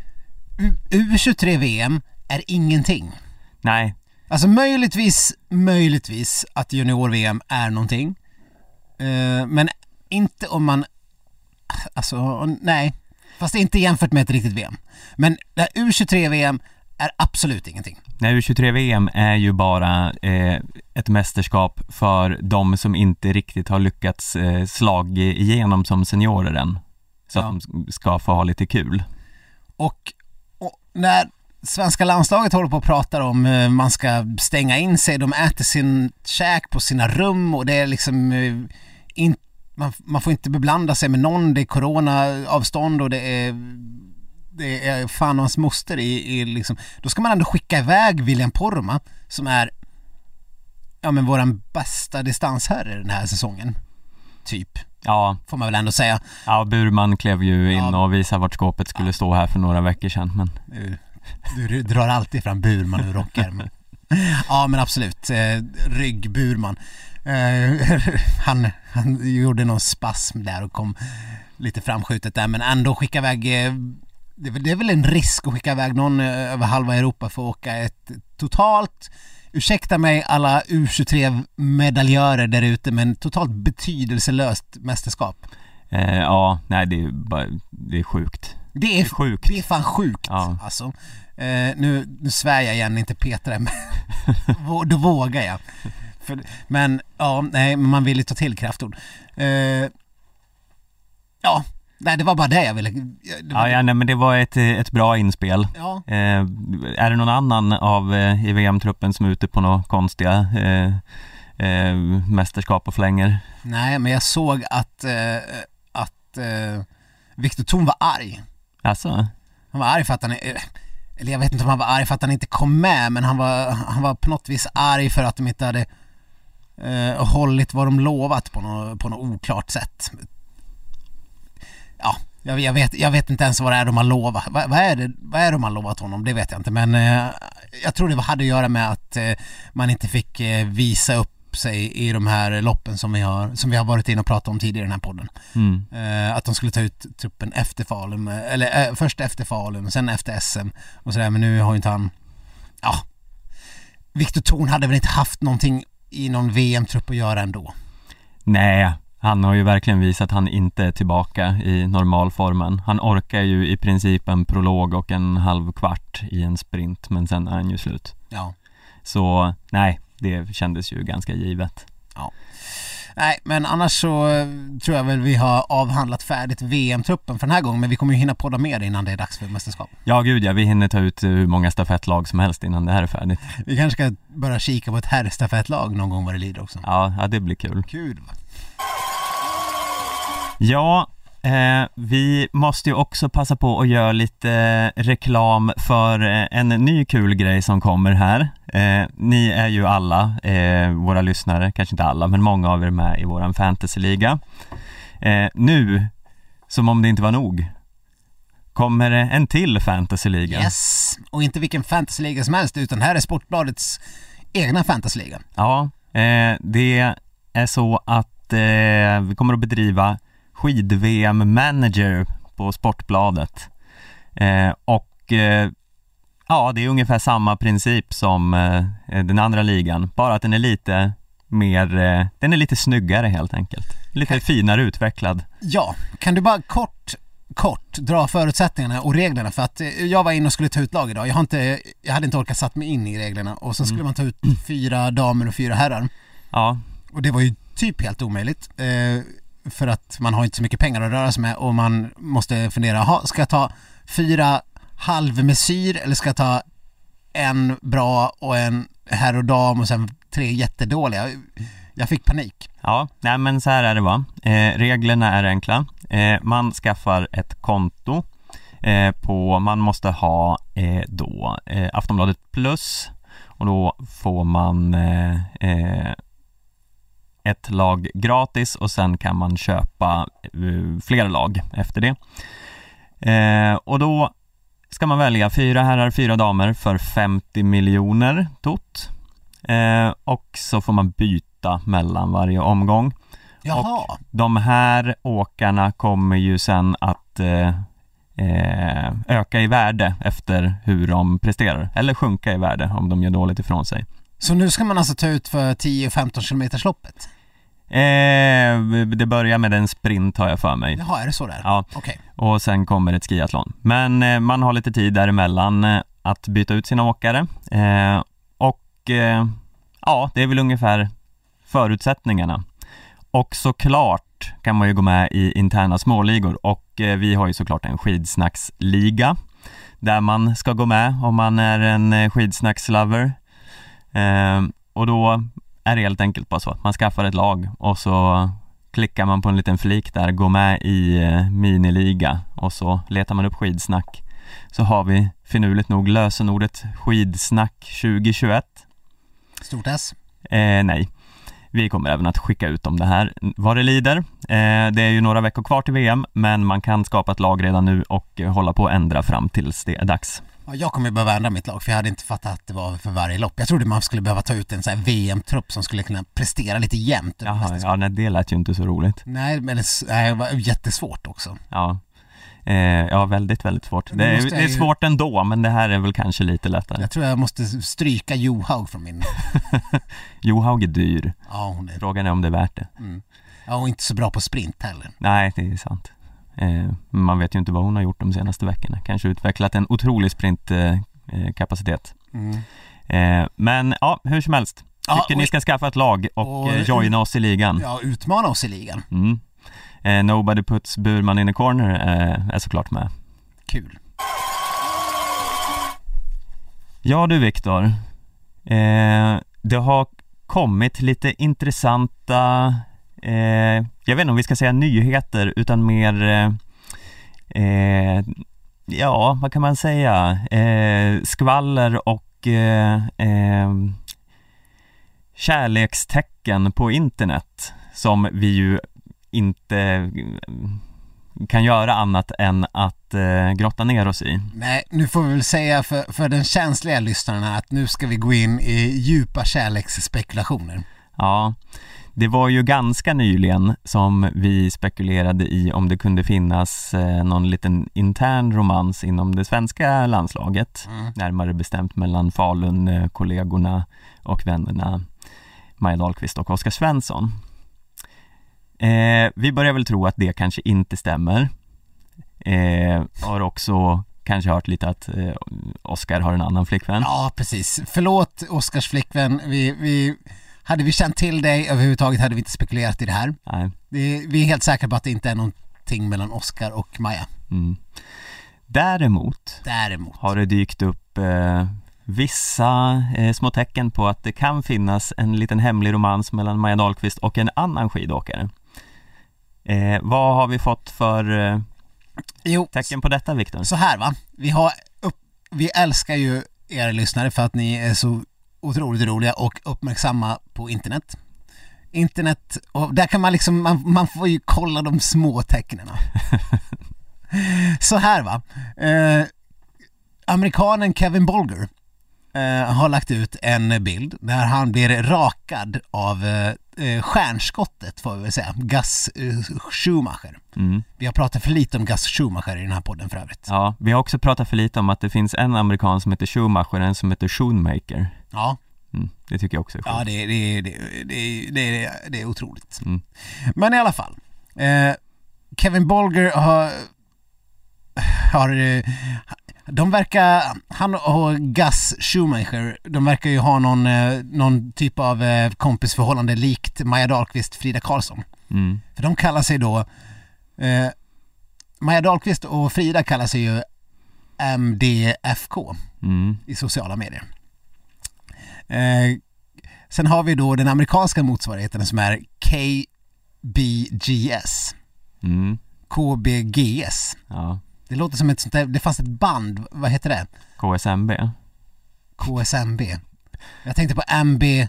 U23-VM är ingenting. Nej. Alltså möjligtvis att junior-VM är någonting. Men inte om man, alltså nej. Fast inte jämfört med ett riktigt VM. Men det här U23-VM är absolut ingenting. Nej, U23-VM är ju bara ett mästerskap för de som inte riktigt har lyckats slag igenom som seniorer än. Så att de ska få ha lite kul. Och när svenska landslaget håller på och pratar om man ska stänga in sig, de äter sin käk på sina rum och det är liksom man får inte beblanda sig med någon, det är coronaavstånd och det är fan hans moster i liksom, då ska man ändå skicka iväg William Poromaa som är våran bästa distansherre den här säsongen typ. Ja, får man väl ändå säga. Ja, Burman klev ju in och visade vart skåpet skulle stå här för några veckor sedan, men du drar alltid fram Burman ur rockärmen. Ja, men absolut. Rygg Burman. Han gjorde någon spasm där och kom lite framskjutet där, men ändå skicka iväg det är väl en risk att skicka iväg någon över halva Europa för att åka ett totalt, ursäkta mig alla U23-medaljörer där ute, men totalt betydelselöst mästerskap. Ja, nej det är sjukt. Det är sjukt. Det är fan sjukt. Ja. Alltså, nu svär jag igen, inte Petra, men då vågar jag. Men ja, nej, man vill ju ta till kraftord. Ja, nej, det var bara det jag ville. Nej, men det var ett bra inspel. Ja. Är det någon annan av i VM-truppen som är ute på några konstiga mästerskap och flänger? Nej, men jag såg att Viktor Thorn var arg. Alltså? Han var arg för att eller jag vet inte om han var arg för att han inte kom med, men han var på något vis arg för att de inte hade hållit vad de lovat på något oklart sätt. Ja, jag vet inte ens vad det är de har lovat. Vad är det de har lovat honom? Det vet jag inte, men jag tror det hade att göra med att man inte fick visa upp sig i de här loppen som vi har varit in och pratat om tidigare i den här podden. Att de skulle ta ut truppen efter Falun, eller först efter Falun och sen efter SM och sådär, men nu har ju inte han, ja, Viktor Thorn hade väl inte haft någonting i någon VM-trupp att göra ändå. Nej, han har ju verkligen visat att han inte är tillbaka i normalformen. Han orkar ju i princip en prolog och en halv kvart i en sprint, men sen är han ju slut. Ja. Så nej, det kändes ju ganska givet. Ja. Nej, men annars så tror jag väl vi har avhandlat färdigt VM-truppen för den här gången, men vi kommer ju hinna podda mer innan det är dags för mästerskap. Ja, gud ja, vi hinner ta ut hur många stafettlag som helst innan det här är färdigt. Vi kanske ska börja kika på ett herrstafettlag någon gång vad det lider också. Ja, det blir kul. Kul. Ja, vi måste ju också passa på att göra lite reklam för en ny kul grej som kommer här. Ni är ju alla, våra lyssnare, kanske inte alla, men många av er med i våran fantasyliga. Nu, som om det inte var nog, kommer en till fantasyliga. Yes, och inte vilken fantasyliga som helst, utan här är Sportbladets egna fantasyliga. Ja, det är så att vi kommer att bedriva skid-VM-manager på Sportbladet. Ja, det är ungefär samma princip som den andra ligan, bara att den är lite mer, den är lite snyggare helt enkelt. Lite finare utvecklad. Ja, kan du bara kort dra förutsättningarna och reglerna, för att jag var inne och skulle ta ut lag idag. Jag hade inte orkat satt mig in i reglerna, och så skulle man ta ut 4 damer och 4 herrar. Ja. Och det var ju typ helt omöjligt. För att man har inte så mycket pengar att röra sig med, och man måste fundera, ska jag ta 4 halvmesyr eller ska jag ta en bra och en herr och dam och sen 3 jättedåliga? Jag fick panik. Ja, nej men så här är det, va? Reglerna är enkla. Man skaffar ett konto man måste ha Aftonbladet Plus, och då får man ett lag gratis, och sen kan man köpa flera lag efter det. Och då ska man välja 4 herrar, 4 damer för 50 miljoner tot. Och så får man byta mellan varje omgång. Jaha. Och de här åkarna kommer ju sen att öka i värde efter hur de presterar, eller sjunka i värde om de gör dåligt ifrån sig. Så nu ska man alltså ta ut för 10-15 kilometers loppet? Det börjar med en sprint, har jag för mig. Jaha, är det så där? Ja, okay. Och sen kommer ett skiathlon. Men man har lite tid däremellan att byta ut sina åkare. Ja, det är väl ungefär förutsättningarna. Och såklart kan man ju gå med i interna småligor. Och vi har ju såklart en skidsnacksliga där man ska gå med om man är en skidsnackslover. Och då är det helt enkelt bara så att man skaffar ett lag, och så klickar man på en liten flik där, gå med i miniliga, och så letar man upp skidsnack. Så har vi finurligt nog lösenordet skidsnack 2021. Stort S? Nej. Vi kommer även att skicka ut om det här vad det lider. Det är ju några veckor kvar till VM, men man kan skapa ett lag redan nu och hålla på att ändra fram tills det är dags. Ja, jag kommer behöva ändra mitt lag, för jag hade inte fattat att det var för varje lopp. Jag trodde man skulle behöva ta ut en sån här VM-trupp som skulle kunna prestera lite jämnt. Jaha, ja, nej, det lät ju inte så roligt. Nej, men det var jättesvårt också. Ja. Ja, väldigt, väldigt svårt. Det är svårt ändå, men det här är väl kanske lite lättare. Jag tror jag måste stryka Johaug från min... Johaug är dyr. Ja, hon är... Frågan är om det är värt det. Ja, och inte så bra på sprint heller. Nej, det är sant. Man vet ju inte vad hon har gjort de senaste veckorna. Kanske utvecklat en otrolig sprintkapacitet. Men ja, hur som helst. Tycker ni ska skaffa ett lag och joina oss i ligan. Ja, utmana oss i ligan. Nobody puts Burman in a corner är såklart med. Kul. Ja du Viktor, det har kommit lite intressanta, jag vet inte om vi ska säga nyheter, utan mer, ja vad kan man säga, skvaller och kärlekstecken på internet som vi ju inte kan göra annat än att grotta ner oss i. Nej, nu får vi väl säga för den känsliga lyssnarna att nu ska vi gå in i djupa kärleksspekulationer. Ja, det var ju ganska nyligen som vi spekulerade i om det kunde finnas någon liten intern romans inom det svenska landslaget. Närmare bestämt mellan Falun-kollegorna och vännerna Maja Dahlqvist och Oskar Svensson. Vi börjar väl tro att det kanske inte stämmer. Har också kanske hört lite att Oskar har en annan flickvän. Ja, precis. Förlåt Oskars flickvän. Hade vi känt till dig överhuvudtaget hade vi inte spekulerat i det här. Nej. Vi är helt säkra på att det inte är någonting mellan Oskar och Maja. Däremot har det dykt upp vissa små tecken på att det kan finnas en liten hemlig romans mellan Maja Dahlqvist och en annan skidåkare. Vad har vi fått för tecken på detta, Viktor? Så här va, vi älskar ju er lyssnare för att ni är så otroligt roliga och uppmärksamma på internet. Och där kan man liksom, man får ju kolla de små tecknen. Så här va, amerikanen Kevin Bolger har lagt ut en bild där han blir rakad av stjärnskottet, får vi väl säga, Gus Schumacher. Vi har pratat för lite om Gus Schumacher i den här podden för övrigt. Ja, vi har också pratat för lite om att det finns en amerikan som heter Schumacher och en som heter Schoonmaker. Ja. Det tycker jag också är sjukt. Ja, det är otroligt. Men i alla fall, Kevin Bolger han och Gus Schumacher, de verkar ju ha någon typ av kompisförhållande likt Maja Dahlqvist, Frida Karlsson. För de kallar sig då Maja Dahlqvist och Frida kallar sig ju MDFK i sociala medier. Sen har vi då den amerikanska motsvarigheten som är KBGS. KBGS. Ja. Det låter som ett sånt där, det fanns ett band, vad heter det? KSMB. Jag tänkte på MA.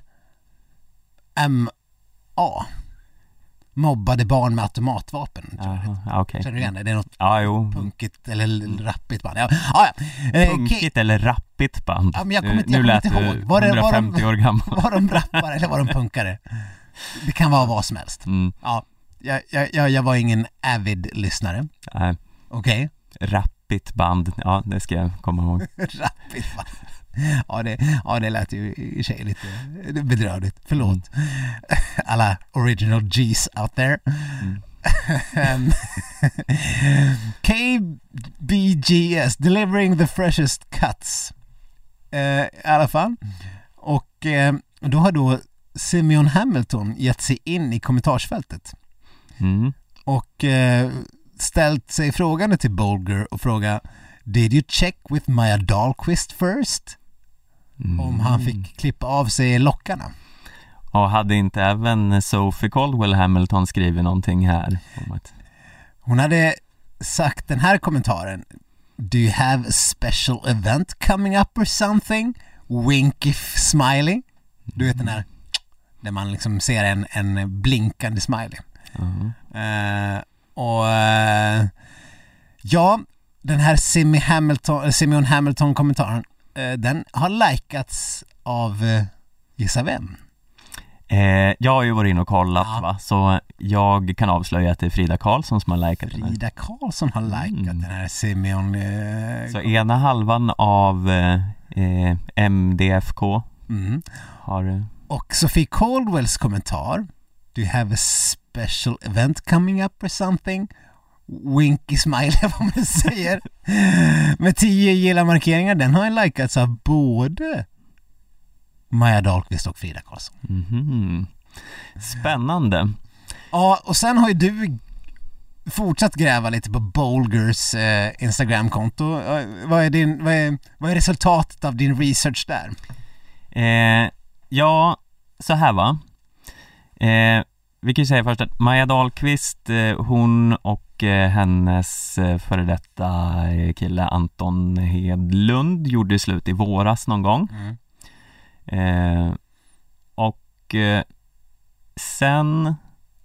Mobbade barn med automatvapen. Okay. Känner du igen det? Det är något punkigt eller rappigt band. Punkigt eller rappigt band? Ja, men jag kommer inte ihåg. Var 150 år gammal. Var de rappare eller var de punkare? Det kan vara vad som helst. Ja, jag var ingen avid lyssnare. Nej. Okej. Rappigt band, ja det ska jag komma ihåg. Rappigt band. Det lät ju i sig lite bedrövligt. Förlåt. Alla original G's out there. KBGS, delivering the freshest cuts. I alla fall. Och då har då Simeon Hamilton gett sig in i kommentarsfältet. Och ställt sig frågande till Bolger och fråga: Did you check with Maja Dahlqvist first? Om han fick klippa av sig lockarna. Och hade inte även Sophie Caldwell Hamilton skrivit någonting här om att... Hon hade sagt den här kommentaren: Do you have a special event coming up or something? Winky smiley. Du vet den här där man liksom ser en blinkande smiley. Den här Simeon Hamilton-kommentaren, den har likats av gissa vem? Jag har ju varit in och kollat va, så jag kan avslöja att det är Frida Karlsson som har likat den här. Frida Karlsson har likat den här Simeon. Så ena halvan av MDFK har... Och Sophie Caldwells kommentar: Do you have a special event coming up or something? Winky smile, vad man säger. Med 10 gilla-markeringar. Den har jag likats av både Maja Dahlqvist och Frida Karlsson. Spännande. Ja, och sen har ju du fortsatt gräva lite på Bolgers Instagram-konto. Vad är resultatet av din research där? Ja, så här va. Vi kan ju säga först att Maja Dahlqvist, hon och hennes före detta kille Anton Hedlund gjorde slut i våras någon gång. Och sen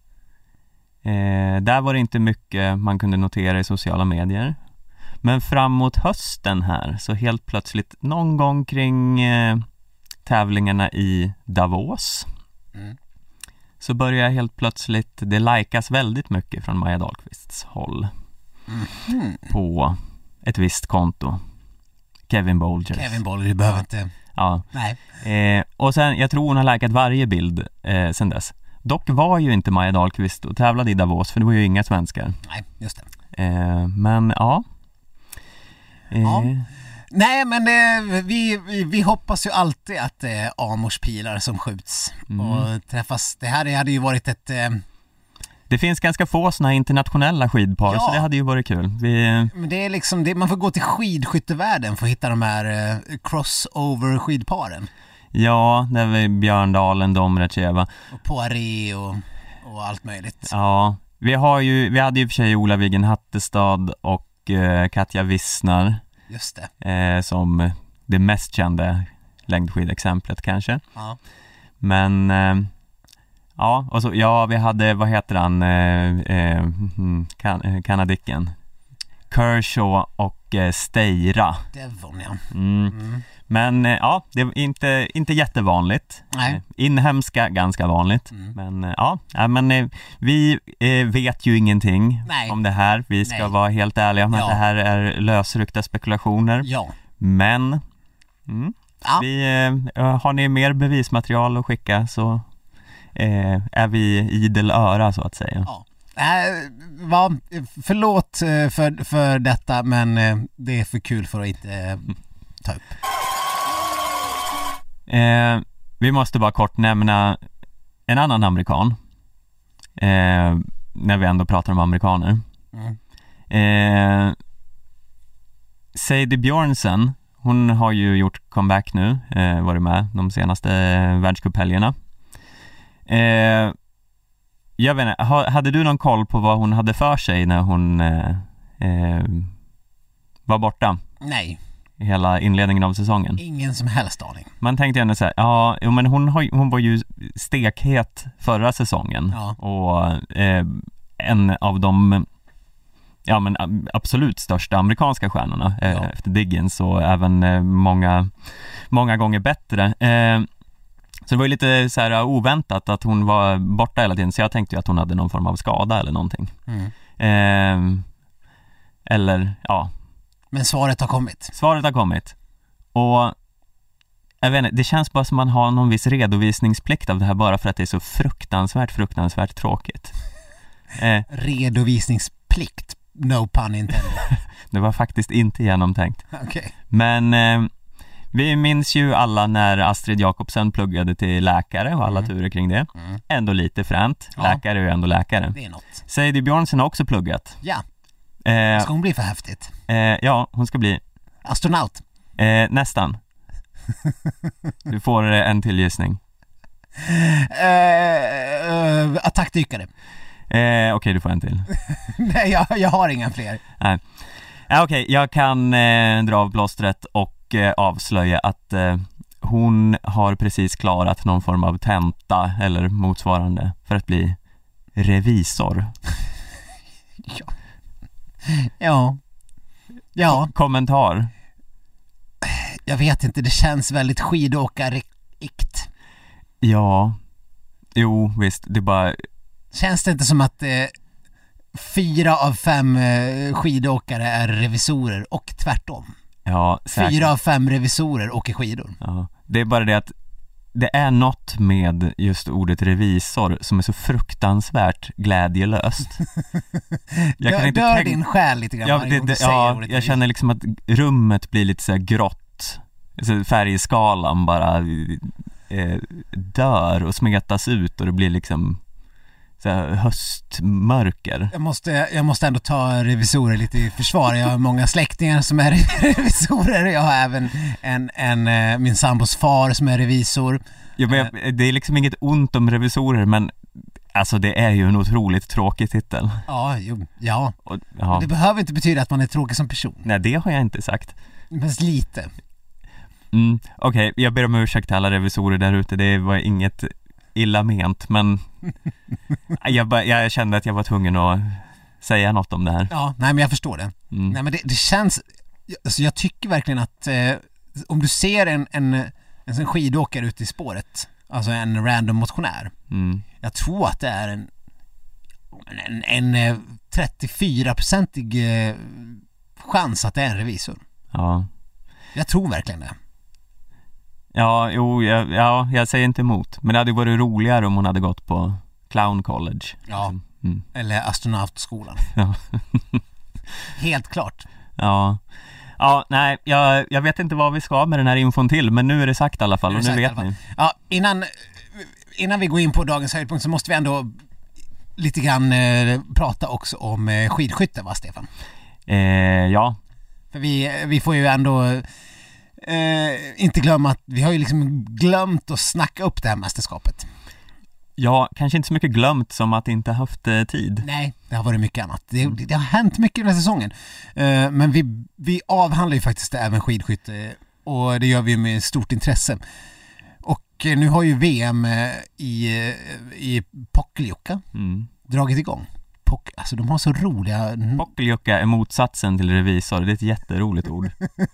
där var det inte mycket man kunde notera i sociala medier. Men framåt hösten här, så helt plötsligt någon gång kring tävlingarna i Davos, så börjar helt plötsligt det likas väldigt mycket från Maja Dahlqvists håll på ett visst konto. Kevin Bolger behöver inte. Ja. Nej. Och sen, jag tror hon har likat varje bild sen dess. Dock var ju inte Maja Dahlqvist och tävlade i Davos, för det var ju inga svenskar. Nej, just det. Men ja. Nej, men vi hoppas ju alltid att det är Amors pilar som skjuts och träffas. Det här hade ju varit ett... Det finns ganska få såna internationella skidpar, så det hade ju varit kul. Men det är liksom, man får gå till skidskyttevärlden för att hitta de här crossover skidparen. Ja, det var Björndalen, Domracheva och Poiré och allt möjligt. Ja, vi hade ju för sig Ola Wiggen Hattestad och Katja Wissner. Just det. Som det mest kända längdskidexemplet kanske. Ja. Men ja, och så vi hade, vad heter han, kanadicken Kershaw och Steira. Devon, ja. Men ja, det är inte jättevanligt. Nej. Inhemska ganska vanligt. Men men vi vet ju ingenting om det här. Vi ska vara helt ärliga med att det här är lösryckta spekulationer. Ja. Men har ni mer bevismaterial att skicka, så är vi idel öra, så att säga. Ja. Förlåt för detta, men det är för kul för att inte ta upp. Vi måste bara kort nämna en annan amerikan när vi ändå pratar om amerikaner. Sadie Björnsen, hon har ju gjort comeback nu, varit med de senaste världscuphelgerna. Jag vet inte, hade du någon koll på vad hon hade för sig när hon var borta? Nej. Hela inledningen av säsongen. Ingen som helst aning. Man tänkte ändå så här, men hon var ju stekhet förra säsongen. Ja. Och en av de absolut största amerikanska stjärnorna efter Diggins, och även många gånger bättre. Så det var ju lite så här oväntat att hon var borta hela tiden, så jag tänkte ju att hon hade någon form av skada eller någonting. Eller men svaret har kommit. Och jag vet inte, det känns bara som man har någon viss redovisningsplikt av det här, bara för att det är så fruktansvärt tråkigt. Redovisningsplikt, no pun intended. Det var faktiskt inte genomtänkt. Okay. Men vi minns ju alla när Astrid Jakobsen pluggade till läkare och alla turer kring det. Ändå lite fränt. Läkare är ju ändå läkare. Det är något. Sadie Björnsen har också pluggat. Ja. Ska hon bli för häftigt? Ja, hon ska bli astronaut. Nästan. Du får en till gissning. Attackdykare. Okej, du får en till. Nej, jag har inga fler. Nej. Okej, jag kan dra av plåstret och avslöja att hon har precis klarat någon form av tenta eller motsvarande för att bli revisor. Ja. Kommentar? Jag vet inte, det känns väldigt skidåkarikt. Ja, Jo, visst, det bara... Känns det inte som att 4 av 5 skidåkare är revisorer och tvärtom? Ja, säkert. 4 av 5 revisorer åker skidor. Ja, det är bara det att det är något med just ordet revisor som är så fruktansvärt glädjelöst. Dör din själ lite grann varje gång du säger ordet jag känner liksom att rummet blir lite så här grått. Så färgskalan bara dör och smetas ut och det blir liksom så här höstmörker. Jag måste ändå ta revisorer lite i försvar. Jag har många släktingar som är revisorer. Jag har även min sambos far som är revisor. Ja, men det är liksom inget ont om revisorer, men alltså det är ju en otroligt tråkig titel. Ja. Det behöver inte betyda att man är tråkig som person. Nej, det har jag inte sagt. Men lite. Okej, jag ber om ursäkt till alla revisorer där ute. Det var inget illa ment, men jag kände att jag var tvungen att säga något om det här. Ja, nej men jag förstår det. Nej men det känns, alltså jag tycker verkligen att om du ser en skidåkare ute i spåret, alltså en random motionär, jag tror att det är en 34-procentig chans att det är en revisor. Ja. Jag tror verkligen det. Ja, jag säger inte emot. Men det hade varit roligare om hon hade gått på Clown College. Ja, eller astronautskolan. Ja. Helt klart. Ja, nej, jag vet inte vad vi ska med den här infon till, men nu är det sagt i alla fall, och nu vet ni. Ja, innan vi går in på dagens höjdpunkt så måste vi ändå lite grann prata också om skidskytte, va Stefan? Ja. För vi får ju ändå inte glömma att vi har ju liksom glömt att snacka upp det här mästerskapet. Ja, kanske inte så mycket glömt som att inte haft tid. Nej, det har varit mycket annat. Det har hänt mycket den här säsongen. Men vi avhandlar ju faktiskt även skidskytte, och det gör vi med stort intresse. Och nu har ju VM i Pokljuka dragit igång. Alltså de har så roliga... Pokljuka är motsatsen till revisor. Det är ett jätteroligt ord.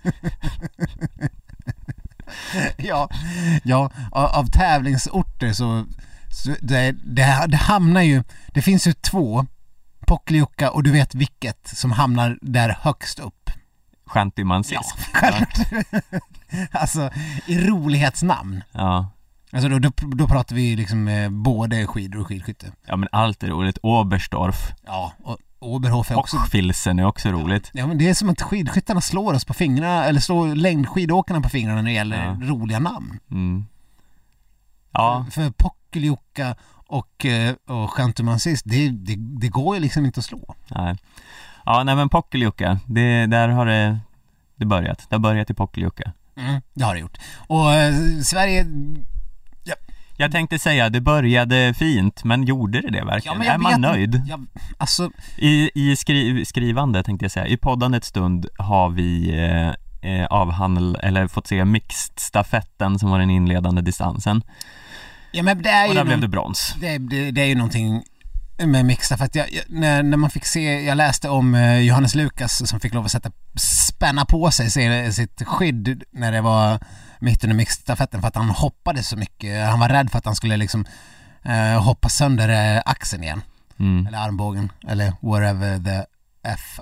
Ja, av tävlingsorter så det hamnar ju... Det finns ju 2, Pokljuka, och du vet vilket som hamnar där högst upp. Shantymansis. Ja. Alltså, i rolighetsnamn. Ja. Alltså då pratar vi liksom både skidor och skidskytte. Ja, men allt är roligt. Oberstdorf. Ja, och Oberhof är också... Hochfilzen är också roligt. Ja, men det är som att skidskyttarna slår oss på fingrarna, eller slår längdskidåkarna på fingrarna när det gäller roliga namn. Ja. För Pokljuka och Shantymansis, det går ju liksom inte att slå. Nej. Ja, nej men Pokljuka, där har det börjat. Det har börjat i Pokljuka. Det har det gjort. Och Sverige... Ja. Jag tänkte säga, det började fint, men gjorde det verkligen? Ja, är man nöjd? Alltså... I skrivande tänkte jag säga. I poddandets stund har vi fått se mixed-stafetten som var den inledande distansen. Ja, men det är och ju där blev det brons. Det är ju någonting med mixed-stafett. När man fick se, jag läste om Johannes Lukas som fick lov att spänna på sig sitt skydd när det var mitt under mixed-stafetten, för att han hoppade så mycket. Han var rädd för att han skulle liksom hoppa sönder axeln igen. Eller armbågen, eller whatever the F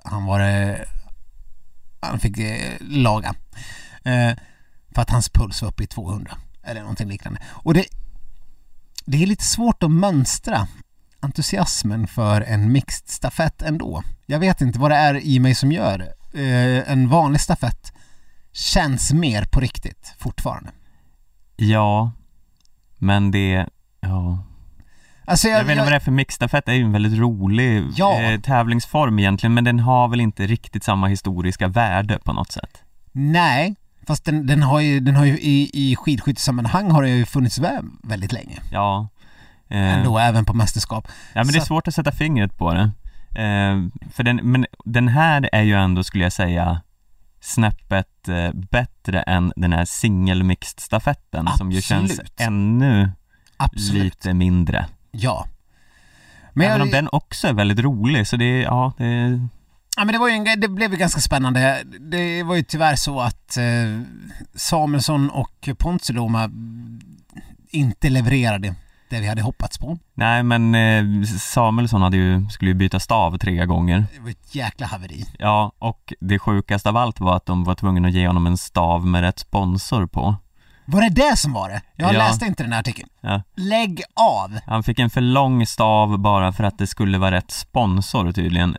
han fick laga. För att hans puls var uppe i 200 eller någonting liknande. Och det är lite svårt att mönstra entusiasmen för en mixed stafett ändå. Jag vet inte vad det är i mig som gör det. En vanlig stafett känns mer på riktigt fortfarande. Ja, men det... Ja. Alltså jag vet inte vad det är för mixstafett. Det är ju en väldigt rolig tävlingsform egentligen, men den har väl inte riktigt samma historiska värde på något sätt. Nej, fast den har ju i skidskyttesammanhang har det ju funnits väldigt länge. Ja. Ändå även på mästerskap. Ja, men det är svårt att sätta fingret på det. Men den här är ju ändå, skulle jag säga, snäppet bättre än den här singelmixed-stafetten. Absolut. Som ju känns ännu lite mindre. Ja. Men även om den också är väldigt rolig, så det... Ja, men det blev ju ganska spännande. Det var ju tyvärr så att Samuelsson och Ponsiluoma inte levererade det vi hade hoppats på. Nej, men Samuelsson skulle ju byta stav 3 gånger. Det var ett jäkla haveri. Ja, och det sjukaste av allt var att de var tvungna att ge honom en stav med rätt sponsor på. Var det som var det? Jag läste inte den här artikeln. Ja. Lägg av! Han fick en för lång stav bara för att det skulle vara rätt sponsor tydligen.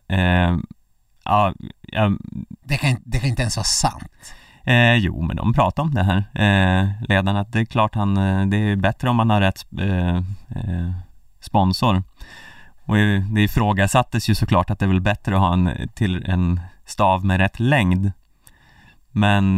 Det kan inte ens vara sant. Jo, men de pratar om det här. Ledarna, att det är klart det är bättre om man har rätt sponsor. Och det ifrågasattes ju såklart att det är väl bättre att ha en stav med rätt längd. Men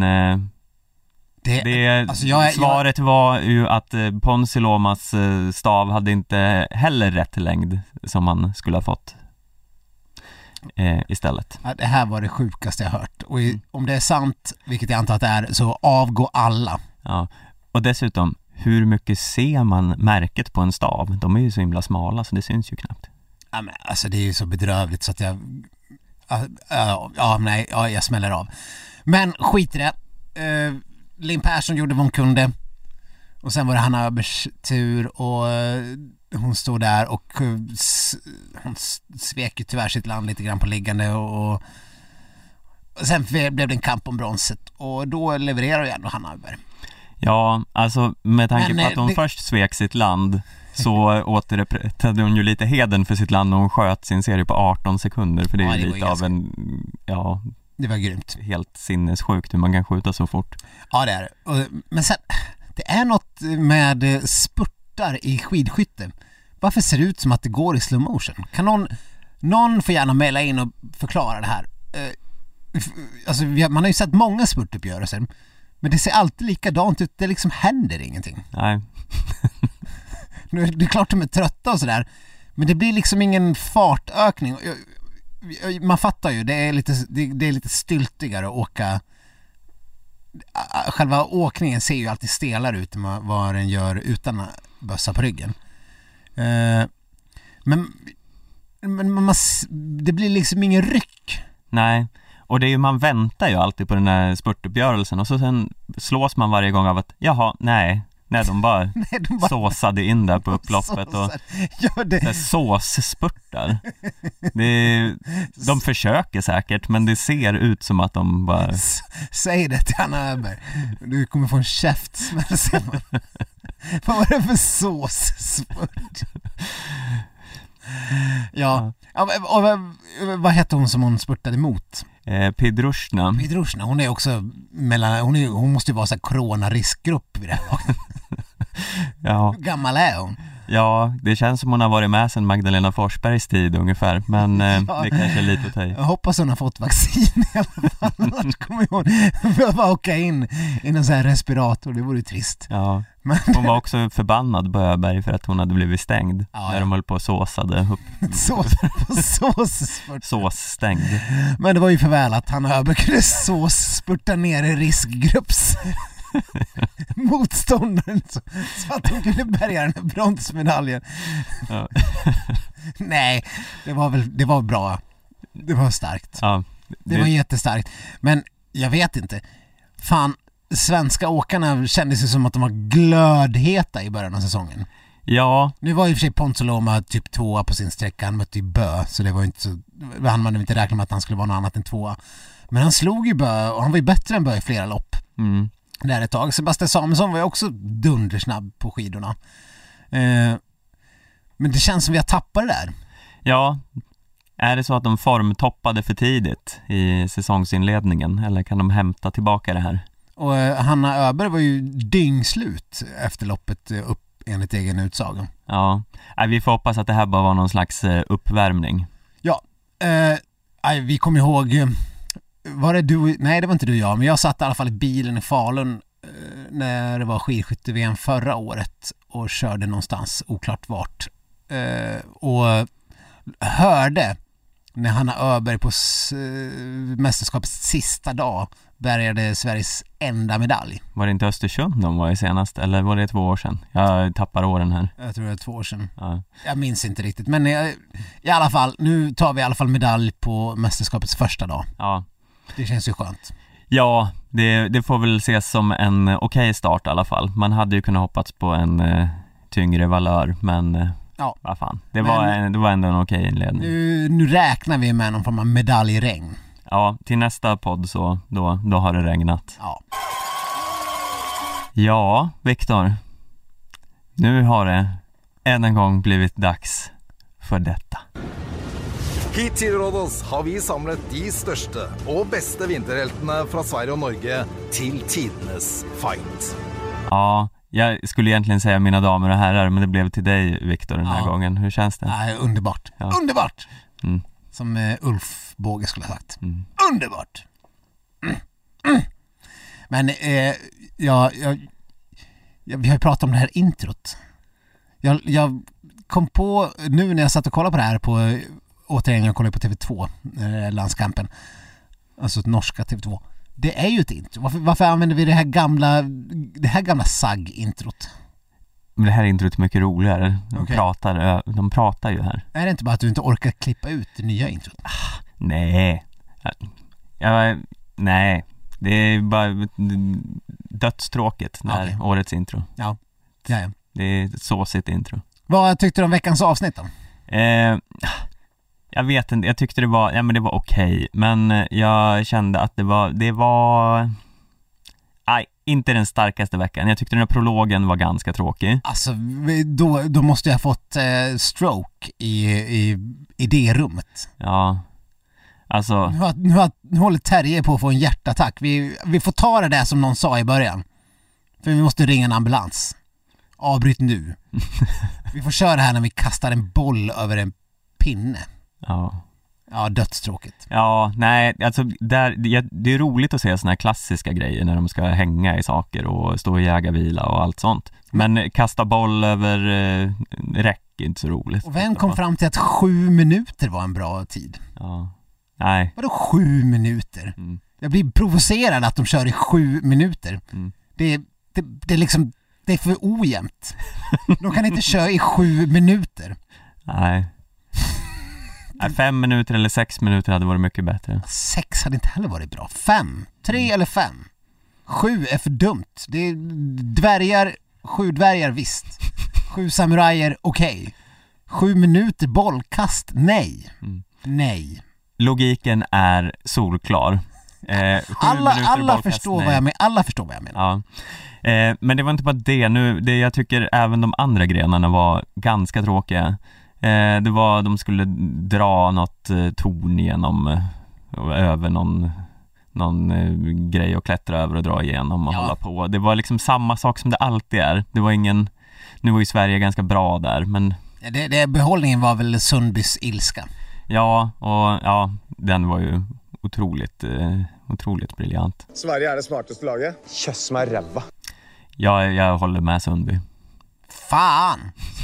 svaret var ju att Ponsi Lomas stav hade inte heller rätt längd som man skulle ha fått istället. Ja, det här var det sjukaste jag hört. Och om det är sant, vilket jag antar att det är, så avgår alla. Ja, och dessutom, hur mycket ser man märket på en stav? De är ju så himla smala så det syns ju knappt. Ja, men alltså det är ju så bedrövligt så att jag smäller av. Men skit i det. Linn Persson gjorde vad hon kunde. Och sen var det Hanna Öbergs tur och hon stod där och hon svek ju tyvärr sitt land lite grann på liggande och sen blev det en kamp om bronset och då levererar ju ändå Hanna Öberg. Ja, alltså med tanke på att hon först svek sitt land så återupprättade hon ju lite heden för sitt land och hon sköt sin serie på 18 sekunder för det är ju lite av det var grymt. Helt sinnessjukt hur man kan skjuta så fort. Ja, det är det. Men sen, det är något med spurtar i skidskytte. Varför ser det ut som att det går i slow motion? Kan någon får gärna mejla in och förklara det här. Alltså, man har ju sett många spurtuppgörelser, men det ser alltid likadant ut. Det liksom händer ingenting. Nej. Det är klart de är trötta och sådär, men det blir liksom ingen fartökning. Man fattar ju, det är lite styltigare att åka. Själva åkningen ser ju alltid stelare ut än vad den gör utan bössa på ryggen. Men det blir liksom ingen ryck. Nej, och det är ju, man väntar ju alltid på den här spurtuppgörelsen och så sen slås man varje gång av att de bara såsade in där på upploppet och såsspurtar. De försöker säkert, men det ser ut som att de bara... Säg det till Hanna Öberg. Du kommer få en käftsmäll sen. Vad var det för såsspurt? Ja. Och vad hette hon som hon spurtade emot? Pidrushna. Hon är också hon måste ju vara så här corona-riskgrupp vid det här laget. Ja. Hur gammal är hon? Ja, det känns som hon har varit med sedan Magdalena Forsbergs tid ungefär. Men det kanske är lite att ta i. Jag hoppas hon har fått vaccin i alla fall. Annars kommer hon behöva åka in i en sån här respirator. Det vore ju trist. Ja. Hon var också förbannad på Öberg för att hon hade blivit stängd. När de höll på och såsade upp. Såsstängd. Men det var ju för väl att han Öberg kunde spurta ner i riskgrupps motståndaren så att de kunde bärga den här bronsmedaljen. Ja. Nej, det var bra. Det var starkt. Ja, det var jättestarkt. Men jag vet inte. Fan, svenska åkarna kändes ju som att de var glödheta i början av säsongen. Ja. Nu var ju för sig Ponsi Loma typ 2 på sin sträcka. Han mötte ju Bö, så det var ju inte så... Man inte räkna med att han skulle vara något annat än 2. Men han slog ju Bö och han var ju bättre än Bö i flera lopp. Mm. Där ett tag. Sebastian Samuelsson var ju också dundersnabb på skidorna. Men det känns som vi har tappat det där. Ja. Är det så att de formtoppade för tidigt i säsongsinledningen? Eller kan de hämta tillbaka det här? Och Hanna Öberg var ju dyngslut efter loppet upp enligt egen utsaga. Ja, vi får hoppas att det här bara var någon slags uppvärmning. Ja, vi kommer ihåg... Var det du? Nej, det var inte du och jag, men jag satt i alla fall i bilen i Falun när det var skidskytte-VM förra året och körde någonstans, oklart vart. Och hörde när Hanna Öberg på mästerskapets sista dag bärgade Sveriges enda medalj. Var det inte Östersund de var i senast? Eller var det 2 år sedan? Jag tappar åren här. Jag tror det är 2 år sedan. Ja. Jag minns inte riktigt. Men i alla fall, nu tar vi i alla fall medalj på mästerskapets första dag. Ja. Det känns ju skönt. Ja, det får väl ses som en okej start i alla fall. Man hade ju kunnat hoppats på en tyngre valör, men vad fan. Det var ändå en okej inledning. Nu räknar vi med någon form av medaljregn. Ja, till nästa podd så då har det regnat. Ja, Viktor. Nu har det än en gång blivit dags för detta. Hit till Rhodos har vi samlat de största och bästa vinterhjältarna från Sverige och Norge till tidernas fight. Ja, jag skulle egentligen säga mina damer och herrar, men det blev till dig, Viktor, den här gången. Hur känns det? Underbart. Ja. Underbart! Som Ulf Båge skulle ha sagt. Underbart! Men vi har ju pratat om det här introt. Jag kom på, nu när jag satt och kollade på det här återigen, jag kollade på TV2, landskampen, alltså norska TV2. Det är ju ett intro. Varför använder vi det här gamla SAG-introt? Men det här introt är mycket roligare. De pratar ju här. Är det inte bara att du inte orkar klippa ut det nya introt? Nej. Nej. Det är bara dödstråkigt när årets intro. Ja. Det är ett såsigt intro. Vad tyckte du om veckans avsnitt då? Jag vet inte, jag tyckte det var okej. Men jag kände att det var inte den starkaste veckan. Jag tyckte den här prologen var ganska tråkig. Alltså, då måste jag ha fått stroke i det rummet. Ja. Alltså, nu håller Terje på att få en hjärtattack. Vi får ta det där som någon sa i början. För vi måste ringa en ambulans. Avbryt nu. Vi får köra här när vi kastar en boll över en pinne. Ja, dödstråkigt. Ja, nej, alltså det är roligt att se såna här klassiska grejer när de ska hänga i saker och stå i jägarvila och allt sånt. Men kasta boll över räcker inte så roligt. Och vem kom fram till att 7 minuter var en bra tid? Ja. Nej. Vadå 7 minuter? Jag blir provocerad att de kör i 7 minuter. Det är liksom, det är för ojämnt. De kan inte köra i 7 minuter. Nej. 5 minuter eller 6 minuter hade varit mycket bättre. 6 hade inte heller varit bra. 5, 3 eller 5. 7 är för dumt. Det är dvärgar, 7 dvärgar visst. 7 samurajer, okej. 7 minuter bollkast, nej. Nej. Logiken är solklar. Alla förstår vad jag menar. Alla förstår vad jag menar. Ja. Men det var inte bara det. Jag tycker även de andra grenarna var ganska tråkiga. Det var de skulle dra något torn igenom över någon grej och klättra över och dra igenom och hålla på. Det var liksom samma sak som det alltid är. Det var nu var ju Sverige ganska bra där, men behållningen var väl Sundbys ilska. Ja, och den var ju otroligt briljant. Sverige är det smartaste laget. Köss mig räva. Jag håller med Sundby. Fan!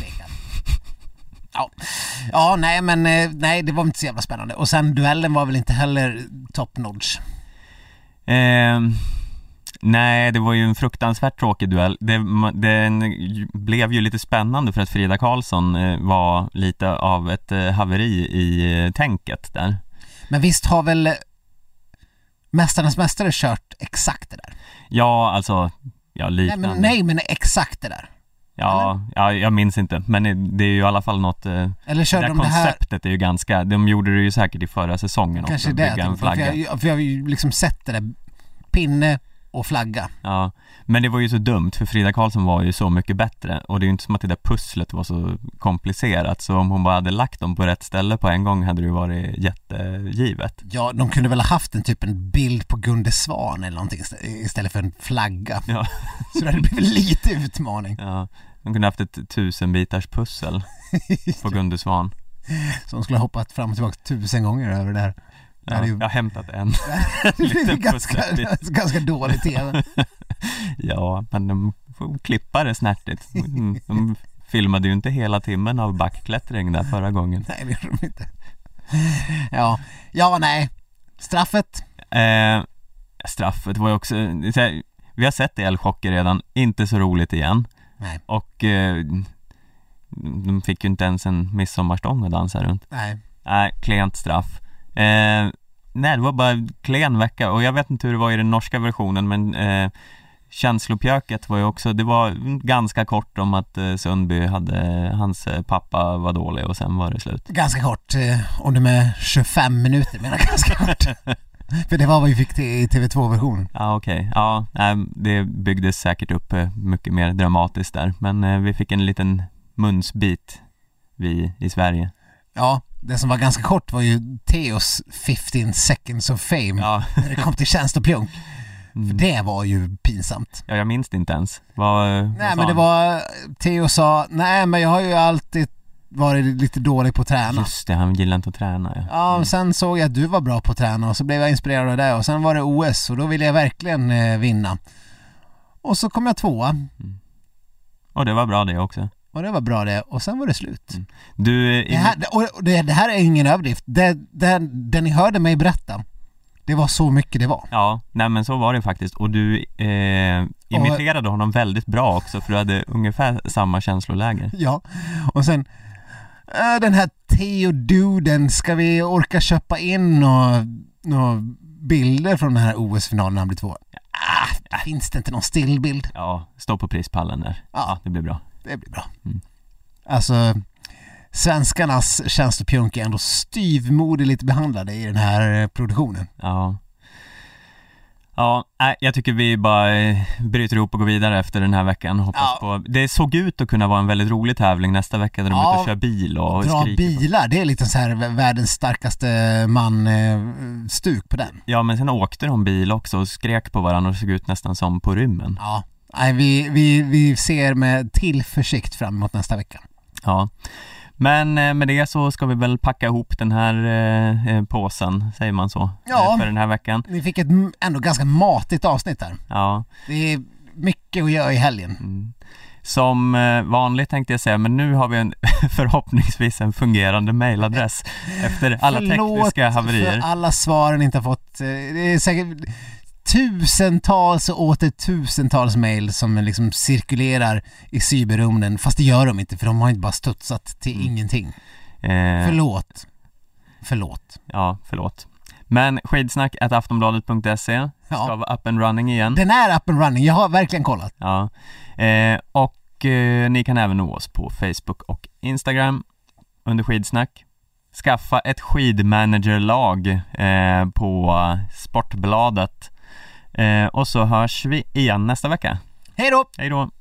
Ja, nej, men nej, det var inte så jävla spännande. Och sen duellen var väl inte heller top notch. Nej, det var ju en fruktansvärt tråkig duell. Den blev ju lite spännande för att Frida Karlsson var lite av ett haveri i tänket där. Men visst har väl Mästarnas mästare kört exakt det där? Ja, alltså liknande. Nej, men exakt det där. Ja, jag minns inte. Men det är ju i alla fall något. Eller körde det konceptet är ju ganska. De gjorde det ju säkert i förra säsongen kanske också. Bygga en flagga. För jag har ju liksom sett det där, pinne och flagga. Ja, men det var ju så dumt för Frida Karlsson var ju så mycket bättre. Och det är ju inte som att det där pusslet var så komplicerat. Så om hon bara hade lagt dem på rätt ställe på en gång hade det ju varit jättegivet. Ja, de kunde väl ha haft en bild på Gunde Svan eller någonting istället för en flagga. Ja. Så det hade blivit lite utmaning. Ja, de kunde haft ett 1000-bitars pussel på Gunde Svan. Så de skulle ha hoppat fram och tillbaka 1000 gånger över det här. Ja, jag har hämtat en. Det är ganska dålig tv. Ja, men de får klippa det snärtigt. De filmade ju inte hela timmen av backklättring där förra gången. Nej, det gjorde de inte. Nej. Straffet? Straffet var ju också... Vi har sett elchocker redan. Inte så roligt igen. Nej. Och de fick ju inte ens en midsommarstång att dansa runt. Nej, klent straff. Nej, det var bara klen vecka. Och jag vet inte hur det var i den norska versionen, men känslopjöket var ju också, det var ganska kort om att Sundby hans pappa var dålig och sen var det slut. Ganska kort, om det med 25 minuter menar ganska kort. För det var vad vi fick i TV2-versionen. Ja, okej. Ja, det byggdes säkert upp mycket mer dramatiskt där. Men vi fick en liten munsbit vi i Sverige. Ja, det som var ganska kort var ju Theos 15 seconds of fame. Ja. När det kom till tjänst och plunk. För det var ju pinsamt. Ja, jag minns det inte ens. Nej, men det var... Theo sa, nej men jag har ju alltid varit lite dålig på att träna. Just det, han gillade inte att träna. Ja, ja och sen såg jag att du var bra på att träna och så blev jag inspirerad av det. Och sen var det OS och då ville jag verkligen vinna. Och så kom jag 2:a. Och det var bra det också. Och det var bra det. Och sen var det slut. Det här är ingen överdrift. Det ni hörde mig berätta, det var så mycket det var. Ja, nej men så var det faktiskt. Och du imiterade honom väldigt bra också, för du hade ungefär samma känsloläge. Ja, och sen den här Theo-duden, ska vi orka köpa in några bilder från den här OS-finalen när han blir 2? Finns det inte någon stillbild? Ja, stå på prispallen där. Ja, det blir bra. Det blir bra. Alltså, svenskarnas tjänstepjunk är ändå styvmoderligt behandlade i den här produktionen. Ja. Ja, jag tycker vi bara bryter ihop och går vidare efter den här veckan. Hoppas på. Det såg ut att kunna vara en väldigt rolig tävling nästa vecka där de ute och kör bil och dra skriker. Bilar, det är lite så här världens starkaste man stuk på den. Ja, men sen åkte de bil också och skrek på varandra och såg ut nästan som på rymmen. Ja, vi ser med tillförsikt fram emot nästa vecka. Ja. Men med det så ska vi väl packa ihop den här påsen, säger man så, för den här veckan. Ni fick ett ändå ganska matigt avsnitt där. Ja. Det är mycket att göra i helgen. Som vanligt tänkte jag säga, men nu har vi förhoppningsvis en fungerande mailadress efter alla tekniska haverier. För alla svaren inte har fått, det är säkert tusentals och åter tusentals mejl som liksom cirkulerar i cyberrummen, fast det gör de inte för de har inte bara studsat till ingenting. Förlåt. Ja, förlåt. Men skidsnack@aftonbladet.se ska vara up and running igen. Den är up and running, jag har verkligen kollat. Ja. Och ni kan även nå oss på Facebook och Instagram under Skidsnack. Skaffa ett skidmanagerlag på Sportbladet. Och så hörs vi igen nästa vecka. Hej då! Hej då!